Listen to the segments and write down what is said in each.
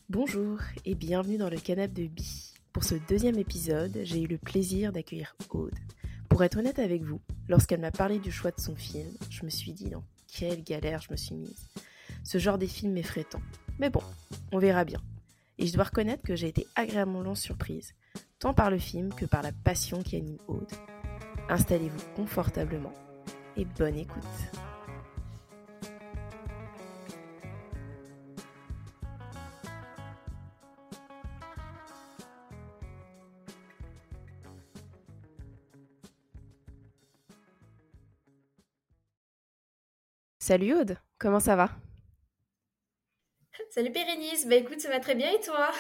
Bonjour et bienvenue dans le canapé de Bi. Pour ce deuxième épisode, j'ai eu le plaisir d'accueillir Aude. Pour être honnête avec vous, lorsqu'elle m'a parlé du choix de son film, je me suis dit dans quelle galère je me suis mise. Ce genre des films m'effraie tant. Mais bon, on verra bien. Et je dois reconnaître que j'ai été agréablement surprise, tant par le film que par la passion qui anime Aude. Installez-vous confortablement et bonne écoute. Salut Aude, comment ça va? Salut Bérénice, bah écoute, ça va très bien et toi?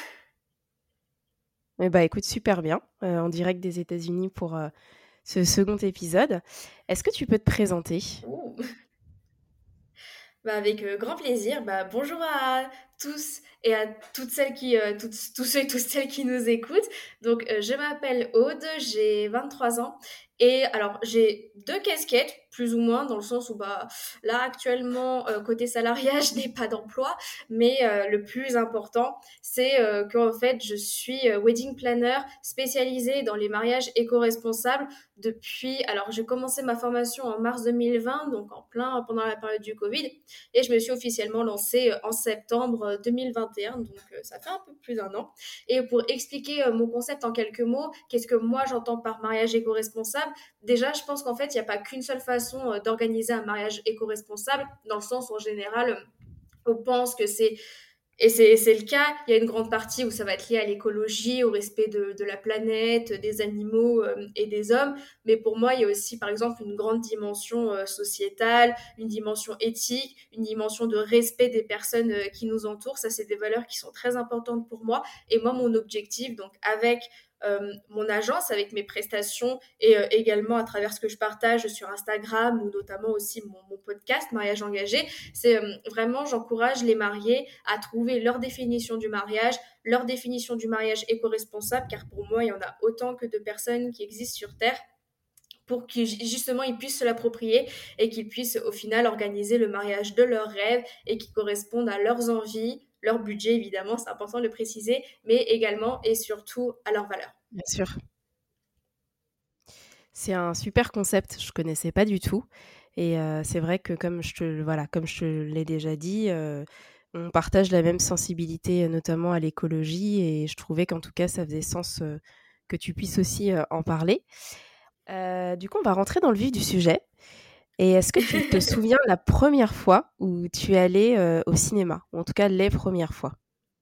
Écoute, super bien, en direct des États-Unis pour ce second épisode. Est-ce que tu peux te présenter? Ouh. Bah avec grand plaisir. Bah bonjour à tous et à toutes celles tous ceux et toutes celles qui nous écoutent. Donc je m'appelle Aude, j'ai 23 ans et alors j'ai deux casquettes plus ou moins dans le sens où bah là actuellement côté salariat je n'ai pas d'emploi, mais le plus important c'est qu'en fait je suis wedding planner spécialisée dans les mariages éco-responsables depuis. Alors j'ai commencé ma formation en mars 2020, donc en plein pendant la période du Covid. Et je me suis officiellement lancée en septembre 2021, donc ça fait un peu plus d'un an. Et pour expliquer mon concept en quelques mots, qu'est-ce que moi j'entends par mariage éco-responsable? Déjà, je pense qu'en fait, il n'y a pas qu'une seule façon d'organiser un mariage éco-responsable, dans le sens où en général, on pense que c'est et c'est le cas. Il y a une grande partie où ça va être lié à l'écologie, au respect de la planète, des animaux et des hommes. Mais pour moi, il y a aussi, par exemple, une grande dimension sociétale, une dimension éthique, une dimension de respect des personnes qui nous entourent. Ça, c'est des valeurs qui sont très importantes pour moi. Et moi, mon objectif, donc avec mon agence, avec mes prestations et également à travers ce que je partage sur Instagram ou notamment aussi mon podcast Mariage engagé, c'est vraiment, j'encourage les mariés à trouver leur définition du mariage éco-responsable, car pour moi, il y en a autant que de personnes qui existent sur Terre pour qu'ils justement ils puissent se l'approprier et qu'ils puissent au final organiser le mariage de leurs rêves et qui correspondent à leurs envies, leur budget évidemment, c'est important de le préciser, mais également et surtout à leurs valeurs. Bien sûr. C'est un super concept, je connaissais pas du tout et c'est vrai que comme je te l'ai déjà dit, on partage la même sensibilité, notamment à l'écologie et je trouvais qu'en tout cas ça faisait sens, que tu puisses aussi, en parler. Du coup, on va rentrer dans le vif du sujet et est-ce que tu te souviens de la première fois où tu es allée, au cinéma? Ou en tout cas les premières fois?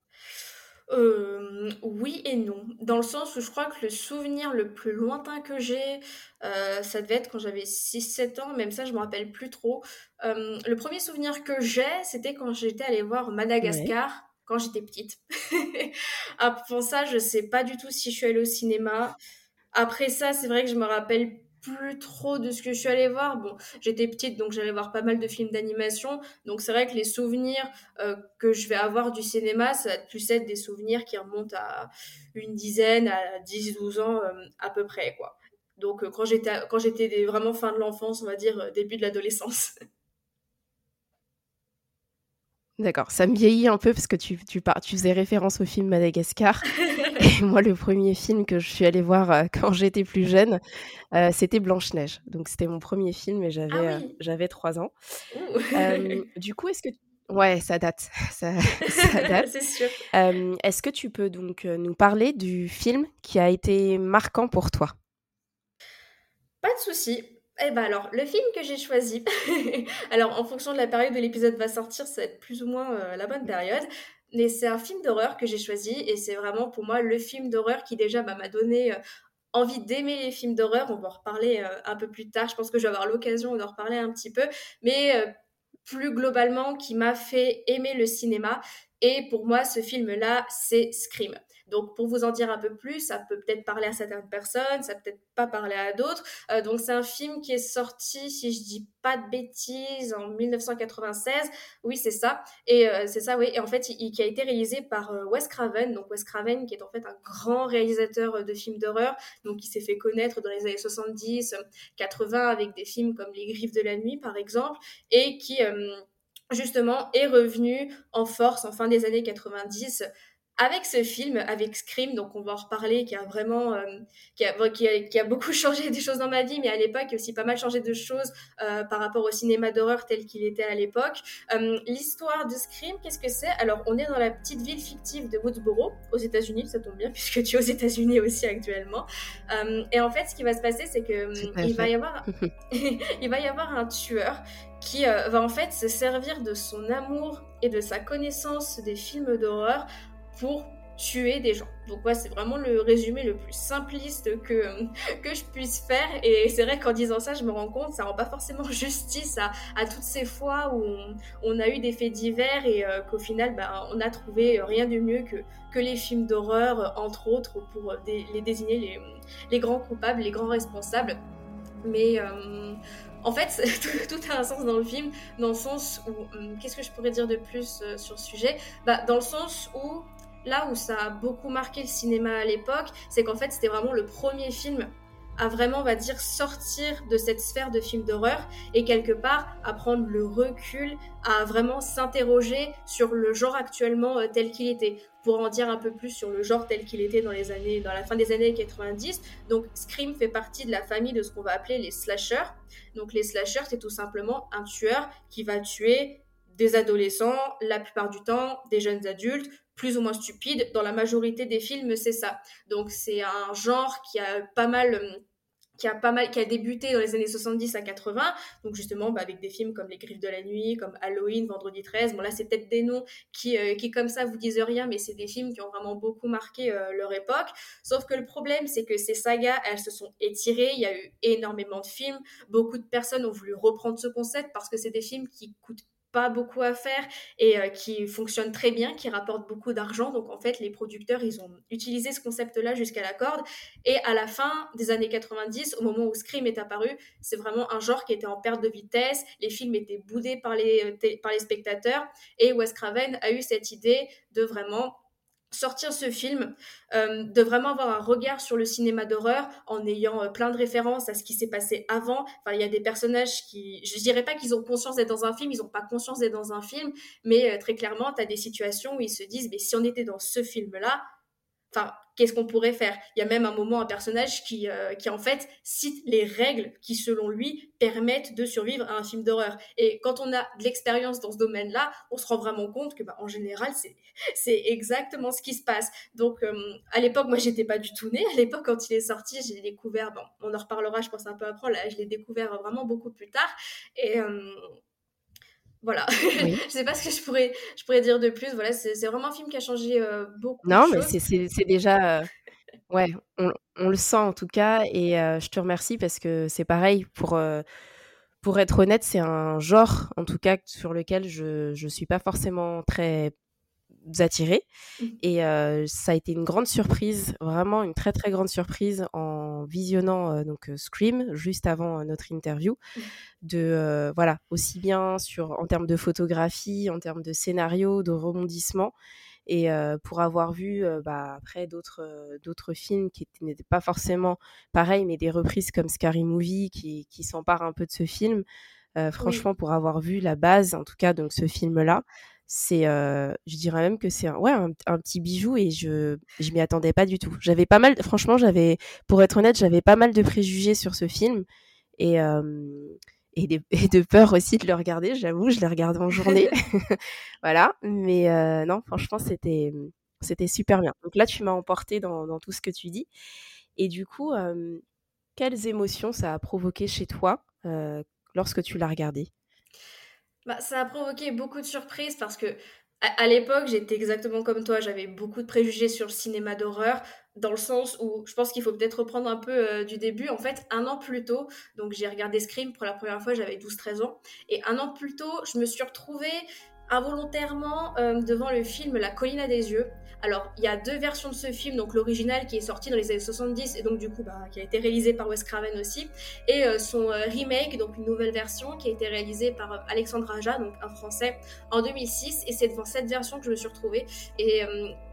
Oui et non. Dans le sens où je crois que le souvenir le plus lointain que j'ai, ça devait être quand j'avais 6 7 ans, même ça je me rappelle plus trop. Le premier souvenir que j'ai, c'était quand j'étais allée voir Ouais. Madagascar, quand j'étais petite. Avant ça, je sais pas du tout si je suis allée au cinéma. Après ça, c'est vrai que je me rappelle plus trop de ce que je suis allée voir. Bon, j'étais petite, donc j'allais voir pas mal de films d'animation. Donc c'est vrai que les souvenirs que je vais avoir du cinéma, ça va plus être des souvenirs qui remontent à une dizaine, à 10 12 ans à peu près, quoi. Donc quand j'étais vraiment fin de l'enfance, on va dire début de l'adolescence. D'accord, ça me vieillit un peu parce que tu faisais référence au film Madagascar et moi le premier film que je suis allée voir, quand j'étais plus jeune, c'était Blanche-Neige. Donc c'était mon premier film et Ah j'avais, oui. j'avais 3 ans. Ouh. Du coup, est-ce que ouais, ça date, ça ça date. C'est sûr. Est-ce que tu peux donc, nous parler du film qui a été marquant pour toi? Pas de souci. Eh ben alors, le film que j'ai choisi, alors en fonction de la période où l'épisode va sortir, ça va être plus ou moins la bonne période, mais c'est un film d'horreur que j'ai choisi et c'est vraiment pour moi le film d'horreur qui déjà bah, m'a donné envie d'aimer les films d'horreur. On va en reparler un peu plus tard, je pense que je vais avoir l'occasion d'en reparler un petit peu, mais plus globalement qui m'a fait aimer le cinéma. Et pour moi, ce film-là, c'est Scream. Donc, pour vous en dire un peu plus, ça peut peut-être parler à certaines personnes, ça peut peut-être pas parler à d'autres. Donc, c'est un film qui est sorti, si je dis pas de bêtises, en 1996. Oui, c'est ça. Et c'est ça, oui. Et en fait, qui a été réalisé par Wes Craven. Donc, Wes Craven, qui est en fait un grand réalisateur de films d'horreur, donc qui s'est fait connaître dans les années 70, 80 avec des films comme Les Griffes de la Nuit, par exemple, et qui justement est revenu en force en fin des années 90 avec ce film, avec Scream, donc on va en reparler, qui a vraiment, qui a beaucoup changé des choses dans ma vie, mais à l'époque aussi pas mal changé de choses par rapport au cinéma d'horreur tel qu'il était à l'époque. L'histoire de Scream, qu'est-ce que c'est? Alors, on est dans la petite ville fictive de Woodsboro, aux États-Unis, ça tombe bien puisque tu es aux États-Unis aussi actuellement. Et en fait, ce qui va se passer, c'est que Tout à fait. il va y avoir un tueur qui va en fait se servir de son amour et de sa connaissance des films d'horreur pour tuer des gens. Donc ouais, c'est vraiment le résumé le plus simpliste que je puisse faire. Et c'est vrai qu'en disant ça, je me rends compte, ça rend pas forcément justice à toutes ces fois où on a eu des faits divers et qu'au final, on a trouvé rien de mieux que les films d'horreur, entre autres, pour les désigner les grands coupables, les grands responsables. Mais en fait, tout a un sens dans le film, dans le sens où, qu'est-ce que je pourrais dire de plus sur ce sujet? Dans le sens où, là où ça a beaucoup marqué le cinéma à l'époque, c'est qu'en fait, c'était vraiment le premier film à vraiment, on va dire, sortir de cette sphère de films d'horreur et quelque part à prendre le recul, à vraiment s'interroger sur le genre actuellement tel qu'il était. Pour en dire un peu plus sur le genre tel qu'il était dans la fin des années 90. Donc, Scream fait partie de la famille de ce qu'on va appeler les slashers. Donc, les slashers, c'est tout simplement un tueur qui va tuer des adolescents, la plupart du temps, des jeunes adultes, plus ou moins stupides. Dans la majorité des films, c'est ça. Donc, c'est un genre qui a débuté dans les années 70 à 80, donc justement avec des films comme Les Griffes de la Nuit, comme Halloween, Vendredi 13. Bon là c'est peut-être des noms qui comme ça vous disent rien, mais c'est des films qui ont vraiment beaucoup marqué leur époque. Sauf que le problème c'est que ces sagas, elles se sont étirées, il y a eu énormément de films, beaucoup de personnes ont voulu reprendre ce concept parce que c'est des films qui coûtent pas beaucoup à faire et qui fonctionnent très bien, qui rapportent beaucoup d'argent. Donc en fait, les producteurs, ils ont utilisé ce concept-là jusqu'à la corde. Et à la fin des années 90, au moment où Scream est apparu, c'est vraiment un genre qui était en perte de vitesse. Les films étaient boudés par les spectateurs. Et Wes Craven a eu cette idée de vraiment sortir ce film, de vraiment avoir un regard sur le cinéma d'horreur en ayant plein de références à ce qui s'est passé avant. Enfin, il y a des personnages qui, je dirais pas qu'ils ont conscience d'être dans un film, ils ont pas conscience d'être dans un film, mais très clairement, tu as des situations où ils se disent, mais si on était dans ce film-là, enfin, qu'est-ce qu'on pourrait faire? Il y a même un moment un personnage qui en fait cite les règles qui, selon lui, permettent de survivre à un film d'horreur. Et quand on a de l'expérience dans ce domaine-là, on se rend vraiment compte que, en général, c'est exactement ce qui se passe. Donc, à l'époque, moi, j'étais pas du tout née. À l'époque, quand il est sorti, j'ai découvert, bon, on en reparlera, je pense, un peu après, là, je l'ai découvert vraiment beaucoup plus tard. Et voilà, Oui. je sais pas ce que je pourrais dire de plus. Voilà, c'est vraiment un film qui a changé beaucoup de Non, mais choses. c'est déjà, ouais, on le sent en tout cas et je te remercie parce que c'est pareil pour être honnête, c'est un genre en tout cas sur lequel je suis pas forcément très attirée et ça a été une grande surprise, vraiment une très, très grande surprise en visionnant, donc Scream juste avant, notre interview de, voilà, aussi bien en termes de photographie, en termes de scénario, de rebondissement et pour avoir vu, après d'autres films n'étaient pas forcément pareils, mais des reprises comme Scary Movie qui s'emparent un peu de ce film, Oui. franchement pour avoir vu la base, en tout cas donc ce film-là, c'est, je dirais même que c'est un petit bijou et je m'y attendais pas du tout. Franchement, pour être honnête, j'avais pas mal de préjugés sur ce film et et de peur aussi de le regarder, j'avoue, je l'ai regardé en journée. Voilà, mais non, franchement, c'était super bien. Donc là, tu m'as emportée dans tout ce que tu dis et du coup, quelles émotions ça a provoqué chez toi, lorsque tu l'as regardé? Ça a provoqué beaucoup de surprises parce que à l'époque, j'étais exactement comme toi. J'avais beaucoup de préjugés sur le cinéma d'horreur, dans le sens où je pense qu'il faut peut-être reprendre un peu du début. En fait, un an plus tôt, donc j'ai regardé Scream pour la première fois, j'avais 12-13 ans. Et un an plus tôt, je me suis retrouvée involontairement devant le film La colline à des yeux. Alors, il y a deux versions de ce film, donc l'original qui est sorti dans les années 70 et donc du coup qui a été réalisé par Wes Craven aussi, et son remake, donc une nouvelle version qui a été réalisée par Alexandre Aja, donc un Français, en 2006. Et c'est devant cette version que je me suis retrouvée. Et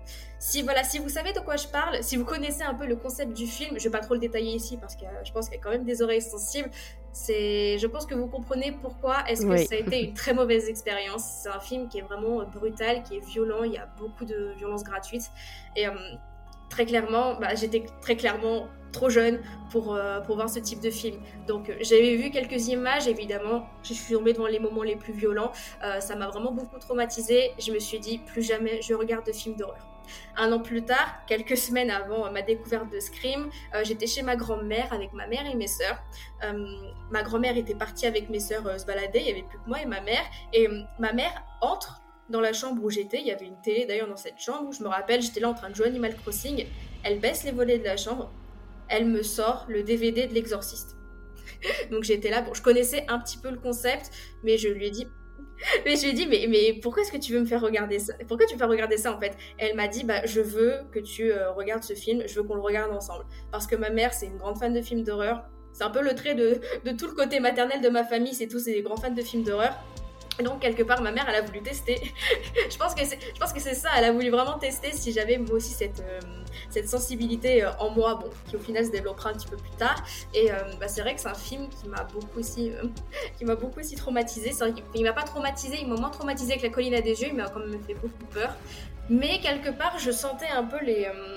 Si vous savez de quoi je parle, si vous connaissez un peu le concept du film, je vais pas trop le détailler ici parce que je pense qu'il y a quand même des oreilles sensibles. Je pense que vous comprenez pourquoi est-ce que Oui. ça a été une très mauvaise expérience. C'est un film qui est vraiment brutal, qui est violent, il y a beaucoup de violence gratuite. Et très clairement, j'étais très clairement trop jeune pour voir ce type de film. Donc j'avais vu quelques images, évidemment, je suis tombée devant les moments les plus violents. Ça m'a vraiment beaucoup traumatisée. Je me suis dit, plus jamais je regarde de films d'horreur. Un an plus tard, quelques semaines avant ma découverte de Scream, j'étais chez ma grand-mère avec ma mère et mes sœurs. Ma grand-mère était partie avec mes sœurs se balader, il n'y avait plus que moi et ma mère. Et ma mère entre dans la chambre où j'étais, il y avait une télé d'ailleurs dans cette chambre, où je me rappelle, j'étais là en train de jouer Animal Crossing. Elle baisse les volets de la chambre, elle me sort le DVD de l'Exorciste. Donc j'étais là, bon, je connaissais un petit peu le concept, mais je lui ai dit, mais pourquoi est-ce que tu veux me faire regarder ça? Pourquoi tu veux faire regarder ça en fait? Et elle m'a dit, je veux que tu regardes ce film, je veux qu'on le regarde ensemble. Parce que ma mère, c'est une grande fan de films d'horreur. C'est un peu le trait de tout le côté maternel de ma famille, c'est tous des grands fans de films d'horreur. Et donc, quelque part, ma mère, elle a voulu tester. Je pense que c'est ça, elle a voulu vraiment tester si j'avais moi aussi cette sensibilité en moi, bon, qui au final se développera un petit peu plus tard. Et c'est vrai que c'est un film qui m'a beaucoup aussi traumatisée. C'est vrai qu'il m'a pas traumatisée, il m'a moins traumatisée que La colline à des yeux, il m'a quand même fait beaucoup peur. Mais quelque part, je sentais un peu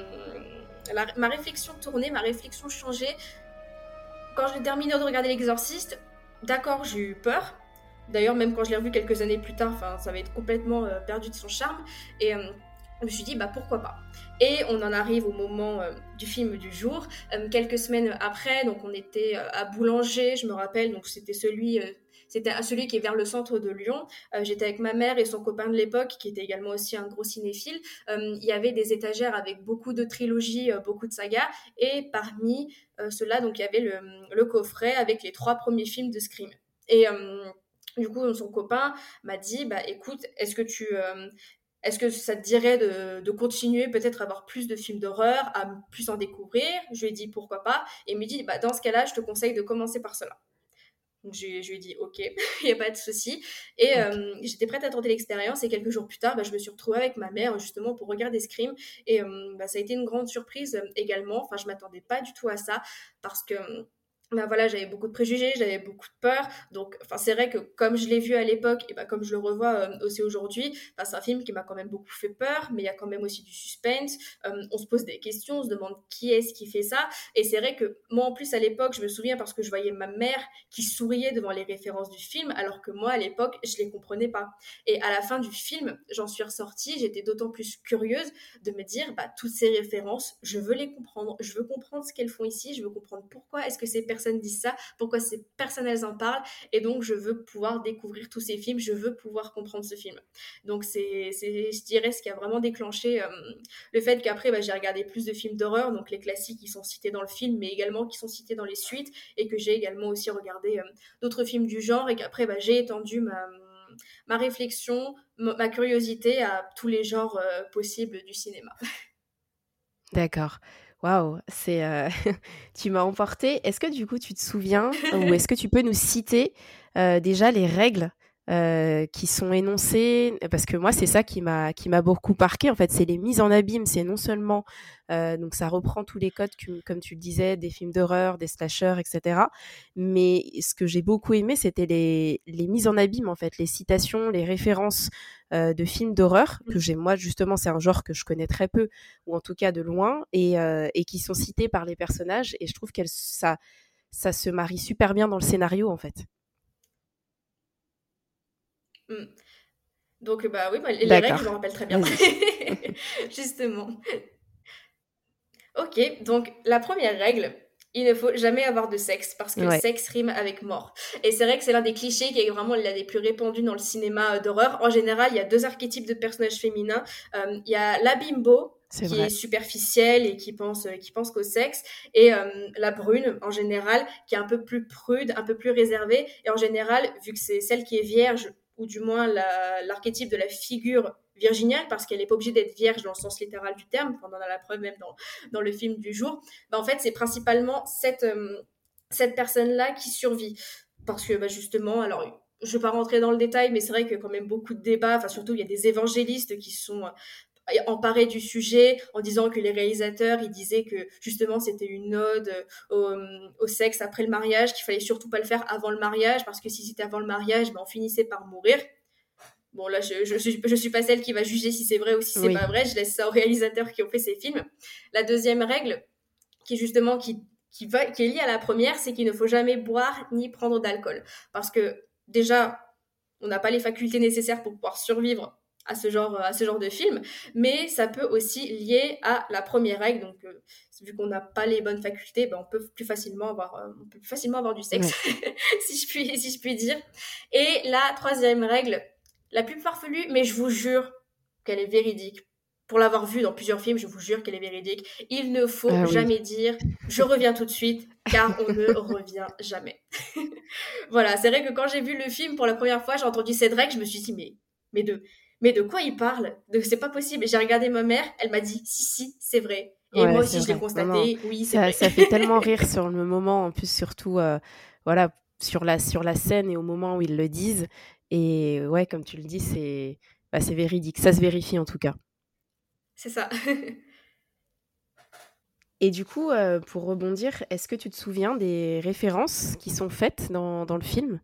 ma réflexion tourner, ma réflexion changer. Quand j'ai terminé de regarder L'Exorciste, d'accord, j'ai eu peur. D'ailleurs, même quand je l'ai revu quelques années plus tard, ça avait complètement perdu de son charme. Et je me suis dit, pourquoi pas. Et on en arrive au moment du film du jour. Quelques semaines après, donc on était à Boulanger, je me rappelle, donc c'était celui qui est vers le centre de Lyon. J'étais avec ma mère et son copain de l'époque, qui était également aussi un gros cinéphile. Il y avait des étagères avec beaucoup de trilogies, beaucoup de sagas. Et parmi ceux-là, donc il y avait le coffret avec les 3 premiers films de Scream. Et du coup, son copain m'a dit, écoute, est-ce que ça te dirait de continuer, peut-être avoir plus de films d'horreur, à plus en découvrir? Je lui ai dit pourquoi pas. Et il me dit, dans ce cas-là, je te conseille de commencer par cela. Donc je lui ai dit, ok, il n'y a pas de souci. Et j'étais prête à tenter l'expérience. Et quelques jours plus tard, je me suis retrouvée avec ma mère, justement, pour regarder Scream. Et ça a été une grande surprise également. Enfin, je ne m'attendais pas du tout à ça. Parce que voilà, j'avais beaucoup de préjugés, j'avais beaucoup de peur. Donc, c'est vrai que comme je l'ai vu à l'époque, et comme je le revois aussi aujourd'hui, c'est un film qui m'a quand même beaucoup fait peur, mais il y a quand même aussi du suspense. On se pose des questions, on se demande qui est-ce qui fait ça. Et c'est vrai que moi, en plus, à l'époque, je me souviens parce que je voyais ma mère qui souriait devant les références du film, alors que moi, à l'époque, je les comprenais pas. Et à la fin du film, j'en suis ressortie, j'étais d'autant plus curieuse de me dire, toutes ces références, je veux les comprendre, je veux comprendre ce qu'elles font ici, je veux comprendre pourquoi est-ce que ces personnes disent ça, pourquoi ces personnes elles en parlent, et donc je veux pouvoir découvrir tous ces films, je veux pouvoir comprendre ce film. Donc je dirais ce qui a vraiment déclenché le fait qu'après j'ai regardé plus de films d'horreur, donc les classiques qui sont cités dans le film, mais également qui sont cités dans les suites, et que j'ai également aussi regardé d'autres films du genre, et qu'après j'ai étendu ma réflexion, ma curiosité à tous les genres possibles du cinéma. D'accord. Waouh, tu m'as emportée. Est-ce que du coup, tu te souviens ou est-ce que tu peux nous citer, déjà les règles, qui sont énoncées? Parce que moi, c'est ça qui m'a beaucoup marquée, en fait, c'est les mises en abîme. C'est non seulement, donc ça reprend tous les codes comme tu le disais, des films d'horreur, des slashers et cetera. Mais ce que j'ai beaucoup aimé, c'était les mises en abîme, en fait, les citations, les références, de films d'horreur moi, justement, c'est un genre que je connais très peu, ou en tout cas de loin, et qui sont cités par les personnages. Et je trouve ça se marie super bien dans le scénario, en fait. Donc, oui, les règles, je me D'accord, rappelle très bien. vas-y. Justement. Ok, donc la première règle, il ne faut jamais avoir de sexe parce que Ouais, sexe rime avec mort. Et c'est vrai que c'est l'un des clichés qui est vraiment l'un des plus répandus dans le cinéma d'horreur. En général, il y a 2 archétypes de personnages féminins. Il y a la bimbo, c'est qui est vrai. superficielle et qui pense qu'au sexe, et la brune, en général, qui est un peu plus prude, un peu plus réservée. Et en général, vu que c'est celle qui est vierge, ou du moins l'archétype de la figure virginale, parce qu'elle n'est pas obligée d'être vierge dans le sens littéral du terme, on en a la preuve même dans le film du jour, en fait, c'est principalement cette personne-là qui survit. Parce que justement, alors, je ne vais pas rentrer dans le détail, mais c'est vrai qu'il y a quand même beaucoup de débats, surtout il y a des évangélistes qui sont emparé du sujet en disant que les réalisateurs, ils disaient que justement c'était une ode au sexe après le mariage, qu'il fallait surtout pas le faire avant le mariage, parce que si c'était avant le mariage, ben, on finissait par mourir. Bon, là, je suis pas celle qui va juger si c'est vrai ou si c'est Oui. pas vrai. Je laisse ça aux réalisateurs qui ont fait ces films. La deuxième règle, qui est justement qui est liée à la première, c'est qu'il ne faut jamais boire ni prendre d'alcool. Parce que déjà, on n'a pas les facultés nécessaires pour pouvoir survivre à ce genre de film, mais ça peut aussi lier à la première règle. Donc, vu qu'on n'a pas les bonnes facultés, ben, on peut plus facilement avoir du sexe, Ouais. si je puis dire. Et la troisième règle, la plus farfelue, mais je vous jure qu'elle est véridique. Pour l'avoir vue dans plusieurs films, je vous jure qu'elle est véridique. Il ne faut Ah oui. jamais dire je reviens tout de suite, car on ne revient jamais. Voilà, c'est vrai que quand j'ai vu le film pour la première fois, j'ai entendu cette règle, je me suis dit mais de mais de quoi il parle? C'est pas possible. Et j'ai regardé ma mère, elle m'a dit si, c'est vrai. Et Ouais, moi c'est aussi, je l'ai vrai. Non, non, constaté, oui, c'est ça vrai. ça fait tellement rire sur le moment, en plus, surtout, voilà, sur la scène et au moment où ils le disent et ouais, comme tu le dis, c'est véridique. Ça se vérifie, en tout cas. C'est ça. Et du coup, pour rebondir, est-ce que tu te souviens des références qui sont faites dans le film?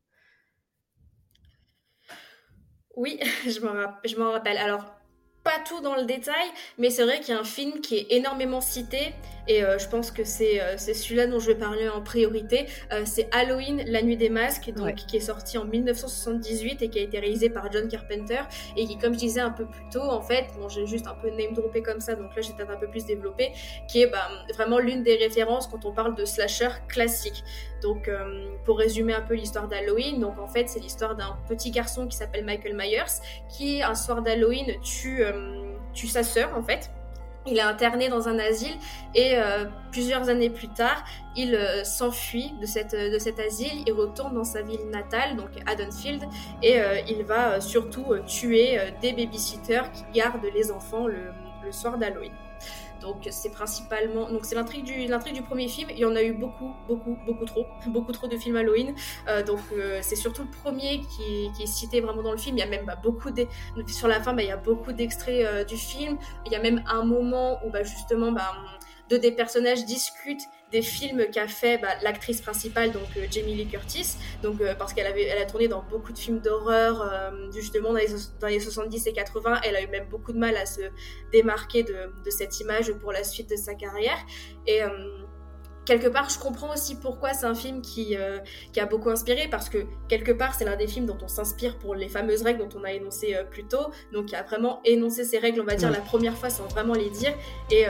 Oui, je m'en rappelle. Alors, pas tout dans le détail, mais c'est vrai qu'il y a un film qui est énormément cité, et je pense que c'est celui-là dont je vais parler en priorité. C'est Halloween, la nuit des masques, donc Ouais. qui est sorti en 1978 et qui a été réalisé par John Carpenter, et qui, comme je disais un peu plus tôt, en fait, bon, j'ai juste un peu name droppé comme ça, donc là j'ai peut-être un peu plus développé, qui est vraiment l'une des références quand on parle de slasher classique. Donc, pour résumer un peu l'histoire d'Halloween, donc en fait, c'est l'histoire d'un petit garçon qui s'appelle Michael Myers, qui un soir d'Halloween tue sa sœur en fait. Il est interné dans un asile et plusieurs années plus tard, il s'enfuit de cet asile, il retourne dans sa ville natale, donc Haddonfield, et il va surtout tuer des babysitters qui gardent les enfants le soir d'Halloween. Donc c'est principalement, donc c'est l'intrigue du premier film. Il y en a eu beaucoup trop de films Halloween. C'est surtout le premier qui est cité vraiment dans le film. Il y a même sur la fin, il y a beaucoup d'extraits du film. Il y a même un moment où justement deux des personnages discutent des films qu'a fait l'actrice principale, donc Jamie Lee Curtis, donc parce elle a tourné dans beaucoup de films d'horreur, justement dans les 70 et 80. Elle a eu même beaucoup de mal à se démarquer de cette image pour la suite de sa carrière. Et quelque part, je comprends aussi pourquoi c'est un film qui a beaucoup inspiré, parce que quelque part, c'est l'un des films dont on s'inspire pour les fameuses règles dont on a énoncé plus tôt. Donc, il a vraiment énoncé ces règles, on va dire, Ouais. la première fois sans vraiment les dire. Et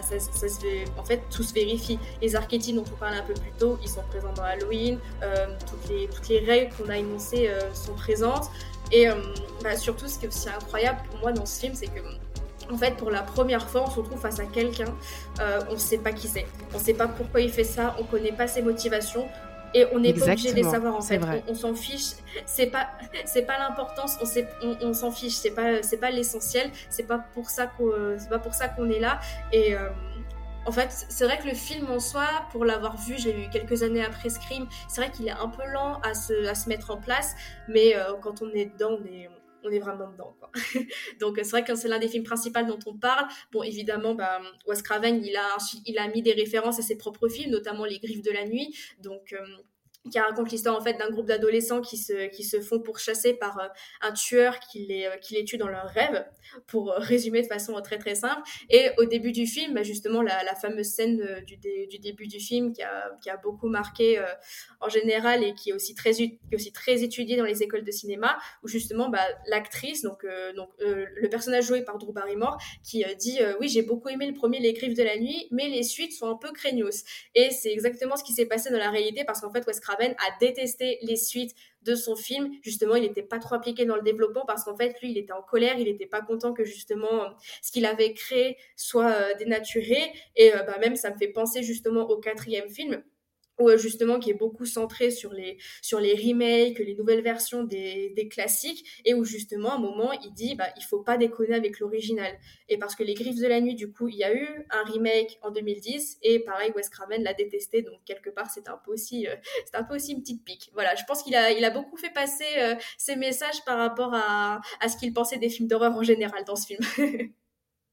en fait, tout se vérifie. Les archétypes dont on parlait un peu plus tôt, ils sont présents dans Halloween. Toutes les règles qu'on a énoncées sont présentes. Et surtout, ce qui est aussi incroyable pour moi dans ce film, c'est que en fait, pour la première fois, on se retrouve face à quelqu'un, on ne sait pas qui c'est, on ne sait pas pourquoi il fait ça, on ne connaît pas ses motivations, et on n'est pas obligé de les Exactement, savoir en c'est fait. vrai. On s'en fiche, c'est pas l'importance, on s'en fiche, c'est pas l'essentiel, c'est pas pour ça qu'on est là. Et en fait, c'est vrai que le film en soi, pour l'avoir vu, j'ai eu quelques années après Scream, c'est vrai qu'il est un peu lent à se mettre en place, mais quand on est dedans, on est vraiment dedans, quoi. Donc c'est vrai que c'est l'un des films principaux dont on parle. Bon, évidemment, Wes Craven, il a mis des références à ses propres films, notamment Les Griffes de la Nuit, donc qui raconte l'histoire en fait d'un groupe d'adolescents qui se font pourchasser par un tueur qui les tue dans leurs rêves, pour résumer de façon très très simple. Et au début du film, justement la fameuse scène du début du film qui a beaucoup marqué en général, et qui est aussi qui est aussi très étudiée dans les écoles de cinéma, où justement l'actrice, le personnage joué par Drew Barrymore, qui dit oui, j'ai beaucoup aimé le premier Les Griffes de la Nuit, mais les suites sont un peu craignos. Et c'est exactement ce qui s'est passé dans la réalité, parce qu'en fait Wes Craven a détesté les suites de son film. Justement, il n'était pas trop impliqué dans le développement, parce qu'en fait lui, il était en colère, il n'était pas content que justement ce qu'il avait créé soit dénaturé. Et même ça me fait penser justement au quatrième film, où justement qui est beaucoup centré sur les remakes, les nouvelles versions des classiques, et où justement à un moment il dit il faut pas déconner avec l'original. Et parce que Les Griffes de la Nuit, du coup, il y a eu un remake en 2010, et pareil, Wes Craven l'a détesté, donc quelque part c'est un peu aussi une petite pique. Voilà, je pense il a beaucoup fait passer ses messages par rapport à ce qu'il pensait des films d'horreur en général dans ce film.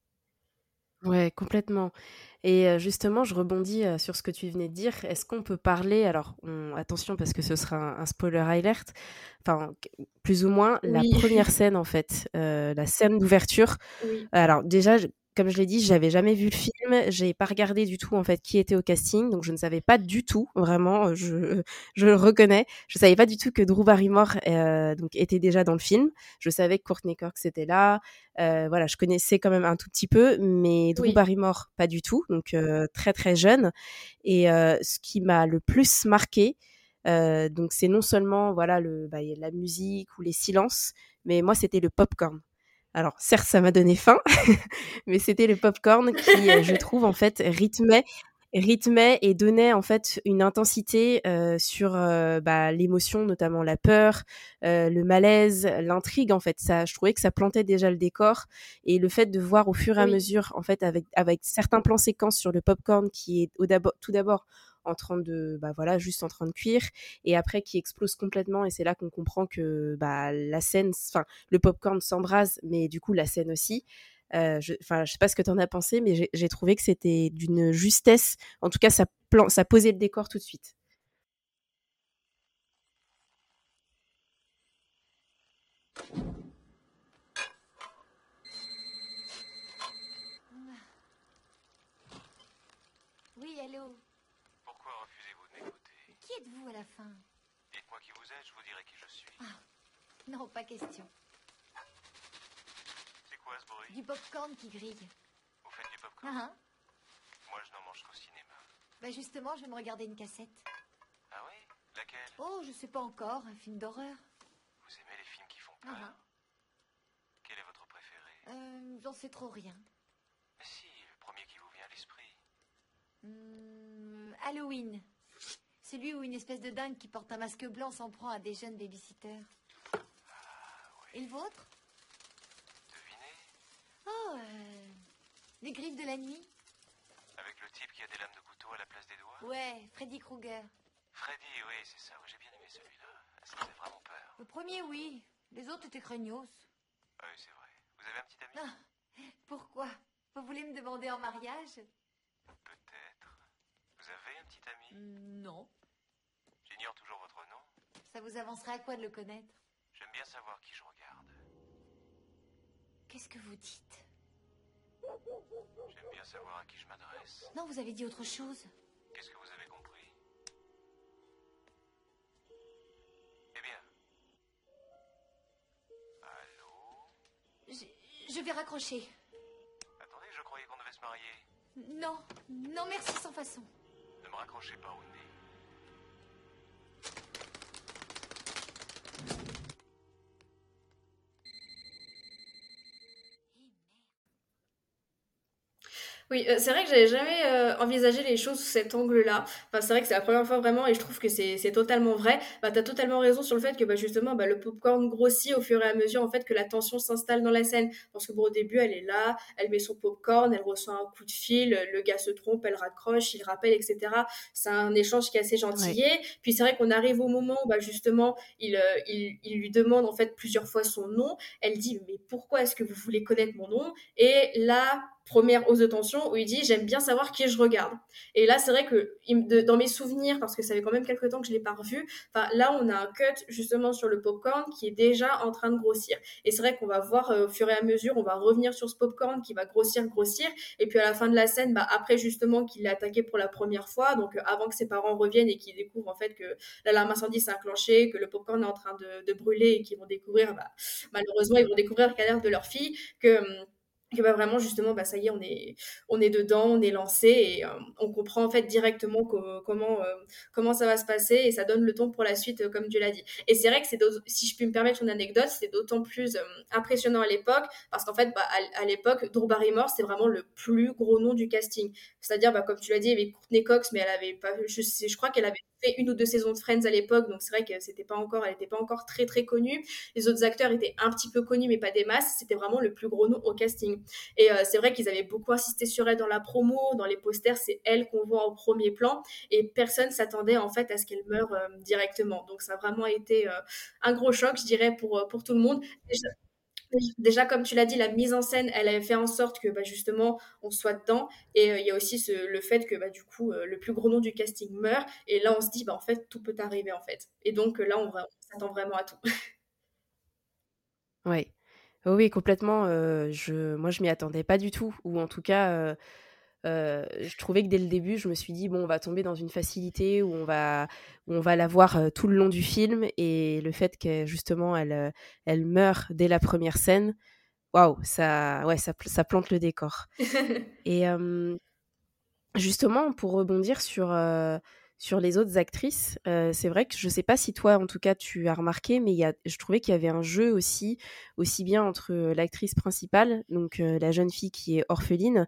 Ouais, complètement. Et justement, je rebondis, sur ce que tu venais de dire. Est-ce qu'on peut parler alors attention parce que ce sera un spoiler alert, enfin, q plus ou moins la Oui, première scène en fait, la scène d'ouverture. oui, Alors déjà, comme je l'ai dit, j'avais jamais vu le film, j'ai pas regardé du tout en fait qui était au casting, donc je ne savais pas du tout, vraiment, je le reconnais, je savais pas du tout que Drew Barrymore donc était déjà dans le film. Je savais que Courtney Cox était là, voilà, je connaissais quand même un tout petit peu, mais Drew oui, Barrymore pas du tout, donc très très jeune. Et ce qui m'a le plus marqué, donc c'est non seulement voilà y a la musique ou les silences, mais moi c'était le popcorn. Alors certes, ça m'a donné faim, mais c'était le popcorn qui, je trouve en fait rythmait et donnait en fait une intensité, sur, l'émotion, notamment la peur, le malaise, l'intrigue en fait. Ça, je trouvais que ça plantait déjà le décor et le fait de voir au fur et à oui. mesure en fait avec certains plans séquences sur le popcorn qui est tout d'abord en train de voilà, juste en train de cuire et après qui explose complètement et c'est là qu'on comprend que, la scène enfin, le popcorn s'embrase mais du coup la scène aussi. Je sais pas ce que tu en as pensé, mais j'ai trouvé que c'était d'une justesse. En tout cas, ça posait le décor tout de suite. Oui, allô. Pourquoi refusez-vous de m'écouter? Qui êtes-vous à la fin? Dites-moi qui vous êtes, je vous dirai qui je suis. Ah, non, pas question. C'est quoi ce bruit? Du popcorn qui grille. Vous faites du popcorn? Ah, Moi, je n'en mange qu'au cinéma. bah justement, je vais me regarder une cassette. Ah oui? Laquelle? Oh, je sais pas encore, un film d'horreur. Vous aimez les films qui font peur? Ah, Quel est votre préféré? j'en sais trop rien. Mais si, le premier qui vous vient à l'esprit. Halloween. Celui où une espèce de dingue qui porte un masque blanc s'en prend à des jeunes babysitters. Et le vôtre? Devinez? Oh, les griffes de la nuit. Avec le type qui a des lames de couteau à la place des doigts? Ouais, Freddy Krueger. Freddy, oui, c'est ça. Oui, j'ai bien aimé celui-là. Ça faisait vraiment peur. Le premier, oui. Les autres étaient craignos. Oui, c'est vrai. Vous avez un petit ami? Ah, pourquoi? Vous voulez me demander en mariage? Peut-être. Vous avez un petit ami? Non. J'ignore toujours votre nom. Ça vous avancerait à quoi de le connaître? J'aime bien savoir qui je regarde. Qu'est-ce que vous dites? J'aime bien savoir à qui je m'adresse. Non, vous avez dit autre chose. Qu'est-ce que vous avez compris? Eh bien. Allô? Je vais raccrocher. Attendez, je croyais qu'on devait se marier. Non, non, merci, sans façon. Ne me raccrochez pas au nez. Oui, c'est vrai que j'avais jamais envisagé les choses sous cet angle-là. Enfin, c'est vrai que c'est la première fois vraiment et je trouve que c'est totalement vrai. Bah, tu as totalement raison sur le fait que bah, justement bah, le popcorn grossit au fur et à mesure en fait que la tension s'installe dans la scène. Parce que bon, au début, elle est là, elle met son popcorn, elle reçoit un coup de fil, le gars se trompe, elle raccroche, il rappelle, etc. C'est un échange qui est assez Ouais. gentillé. Puis c'est vrai qu'on arrive au moment où bah, justement il lui demande en fait plusieurs fois son nom. Elle dit mais pourquoi est-ce que vous voulez connaître mon nom? Et là, première hausse de tension où il dit j'aime bien savoir qui je regarde. Et là, c'est vrai que dans mes souvenirs, parce que ça fait quand même quelques temps que je l'ai pas revu, enfin là, on a un cut justement sur le popcorn qui est déjà en train de grossir. Et c'est vrai qu'on va voir au fur et à mesure, on va revenir sur ce popcorn qui va grossir, grossir. Et puis à la fin de la scène, bah, après justement qu'il est attaqué pour la première fois, donc avant que ses parents reviennent et qu'ils découvrent en fait que l'alarme incendie s'est enclenchée, que le popcorn est en train de brûler et qu'ils vont découvrir, bah, malheureusement, ils vont découvrir le cadavre de leur fille, que bah, vraiment justement bah ça y est on est dedans, on est lancé et on comprend en fait directement comment ça va se passer et ça donne le ton pour la suite comme tu l'as dit. Et c'est vrai que si je puis me permettre une anecdote, c'est d'autant plus impressionnant à l'époque parce qu'en fait bah, à l'époque Drew Barrymore c'est vraiment le plus gros nom du casting. C'est-à-dire bah, comme tu l'as dit il y avait Courtney Cox mais elle avait pas je crois qu'elle avait fait une ou deux saisons de Friends à l'époque donc c'est vrai que elle était pas encore très très connue. Les autres acteurs étaient un petit peu connus mais pas des masses, c'était vraiment le plus gros nom au casting. Et c'est vrai qu'ils avaient beaucoup insisté sur elle dans la promo, dans les posters, c'est elle qu'on voit en premier plan. Et personne s'attendait en fait à ce qu'elle meure directement. Donc ça a vraiment été un gros choc, je dirais, pour tout le monde. Déjà, Déjà, comme tu l'as dit, la mise en scène, elle avait fait en sorte que justement, on soit dedans. Et il y a aussi le fait que du coup, le plus gros nom du casting meurt. Et là, on se dit, en fait, tout peut arriver, en fait. Et donc là, on s'attend vraiment à tout. Ouais. Oui, oui, complètement, moi, je m'y attendais pas du tout ou en tout cas, je trouvais que dès le début, je me suis dit: «Bon, on va tomber dans une facilité où on va la voir, tout le long du film» et le fait que justement elle meure dès la première scène, waouh, ça ouais, ça plante le décor et justement, pour rebondir sur les autres actrices, c'est vrai que je sais pas si toi, en tout cas, tu as remarqué, mais je trouvais qu'il y avait un jeu aussi bien entre l'actrice principale, donc la jeune fille qui est orpheline,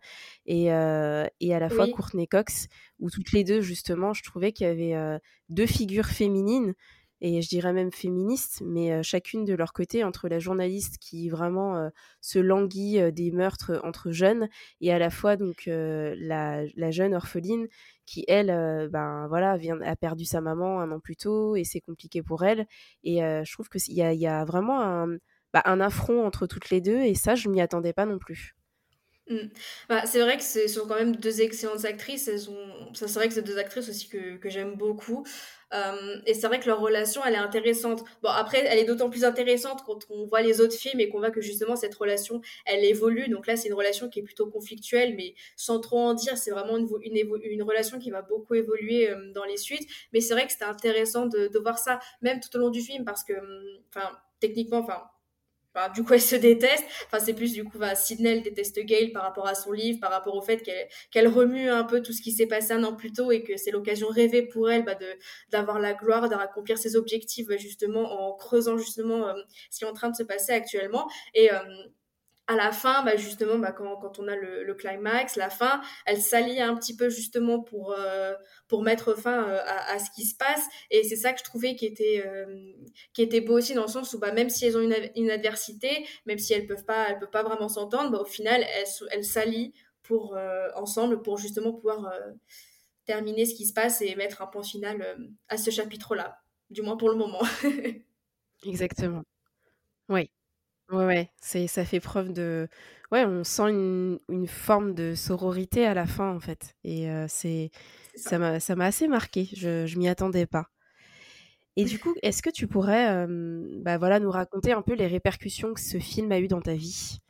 et à la fois Oui. Courtney Cox, où toutes les deux, justement, je trouvais qu'il y avait 2 figures féminines et je dirais même féministes, mais chacune de leur côté, entre la journaliste qui vraiment se languit des meurtres entre jeunes et à la fois donc la jeune orpheline qui elle ben voilà a perdu sa maman 1 an plus tôt et c'est compliqué pour elle et je trouve que il y a vraiment un affront entre toutes les deux et ça je m'y attendais pas non plus. Mm. C'est vrai que ce sont quand même deux excellentes actrices. Ça, c'est vrai que c'est deux actrices aussi que j'aime beaucoup. Et c'est vrai que leur relation, elle est intéressante. Bon, après, elle est d'autant plus intéressante quand on voit les autres films et qu'on voit que justement cette relation, elle évolue. Donc là, c'est une relation qui est plutôt conflictuelle, mais sans trop en dire, c'est vraiment une relation qui va beaucoup évoluer dans les suites. Mais c'est vrai que c'était intéressant de voir ça, même tout au long du film, parce que, enfin, techniquement, enfin, du coup, elle se déteste. Enfin, c'est plus du coup, Sydney, elle déteste Gail par rapport à son livre, par rapport au fait qu'elle remue un peu tout ce qui s'est passé 1 an plus tôt et que c'est l'occasion rêvée pour elle d'avoir la gloire, d'accomplir ses objectifs justement en creusant justement ce qui est en train de se passer actuellement. Et à la fin, justement, quand on a le climax, la fin, elle s'allie un petit peu justement pour mettre fin à ce qui se passe. Et c'est ça que je trouvais qui était beau aussi dans le sens où même si elles ont une adversité, même si elles peuvent pas vraiment s'entendre, au final, elles s'allient ensemble pour justement pouvoir terminer ce qui se passe et mettre un point final à ce chapitre-là, du moins pour le moment. Exactement. Oui. Ouais, ouais, ça fait preuve de ouais, on sent une forme de sororité à la fin, en fait et C'est ça. ça m'a assez marquée, je m'y attendais pas et du coup, est-ce que tu pourrais, voilà, nous raconter un peu les répercussions que ce film a eu dans ta vie?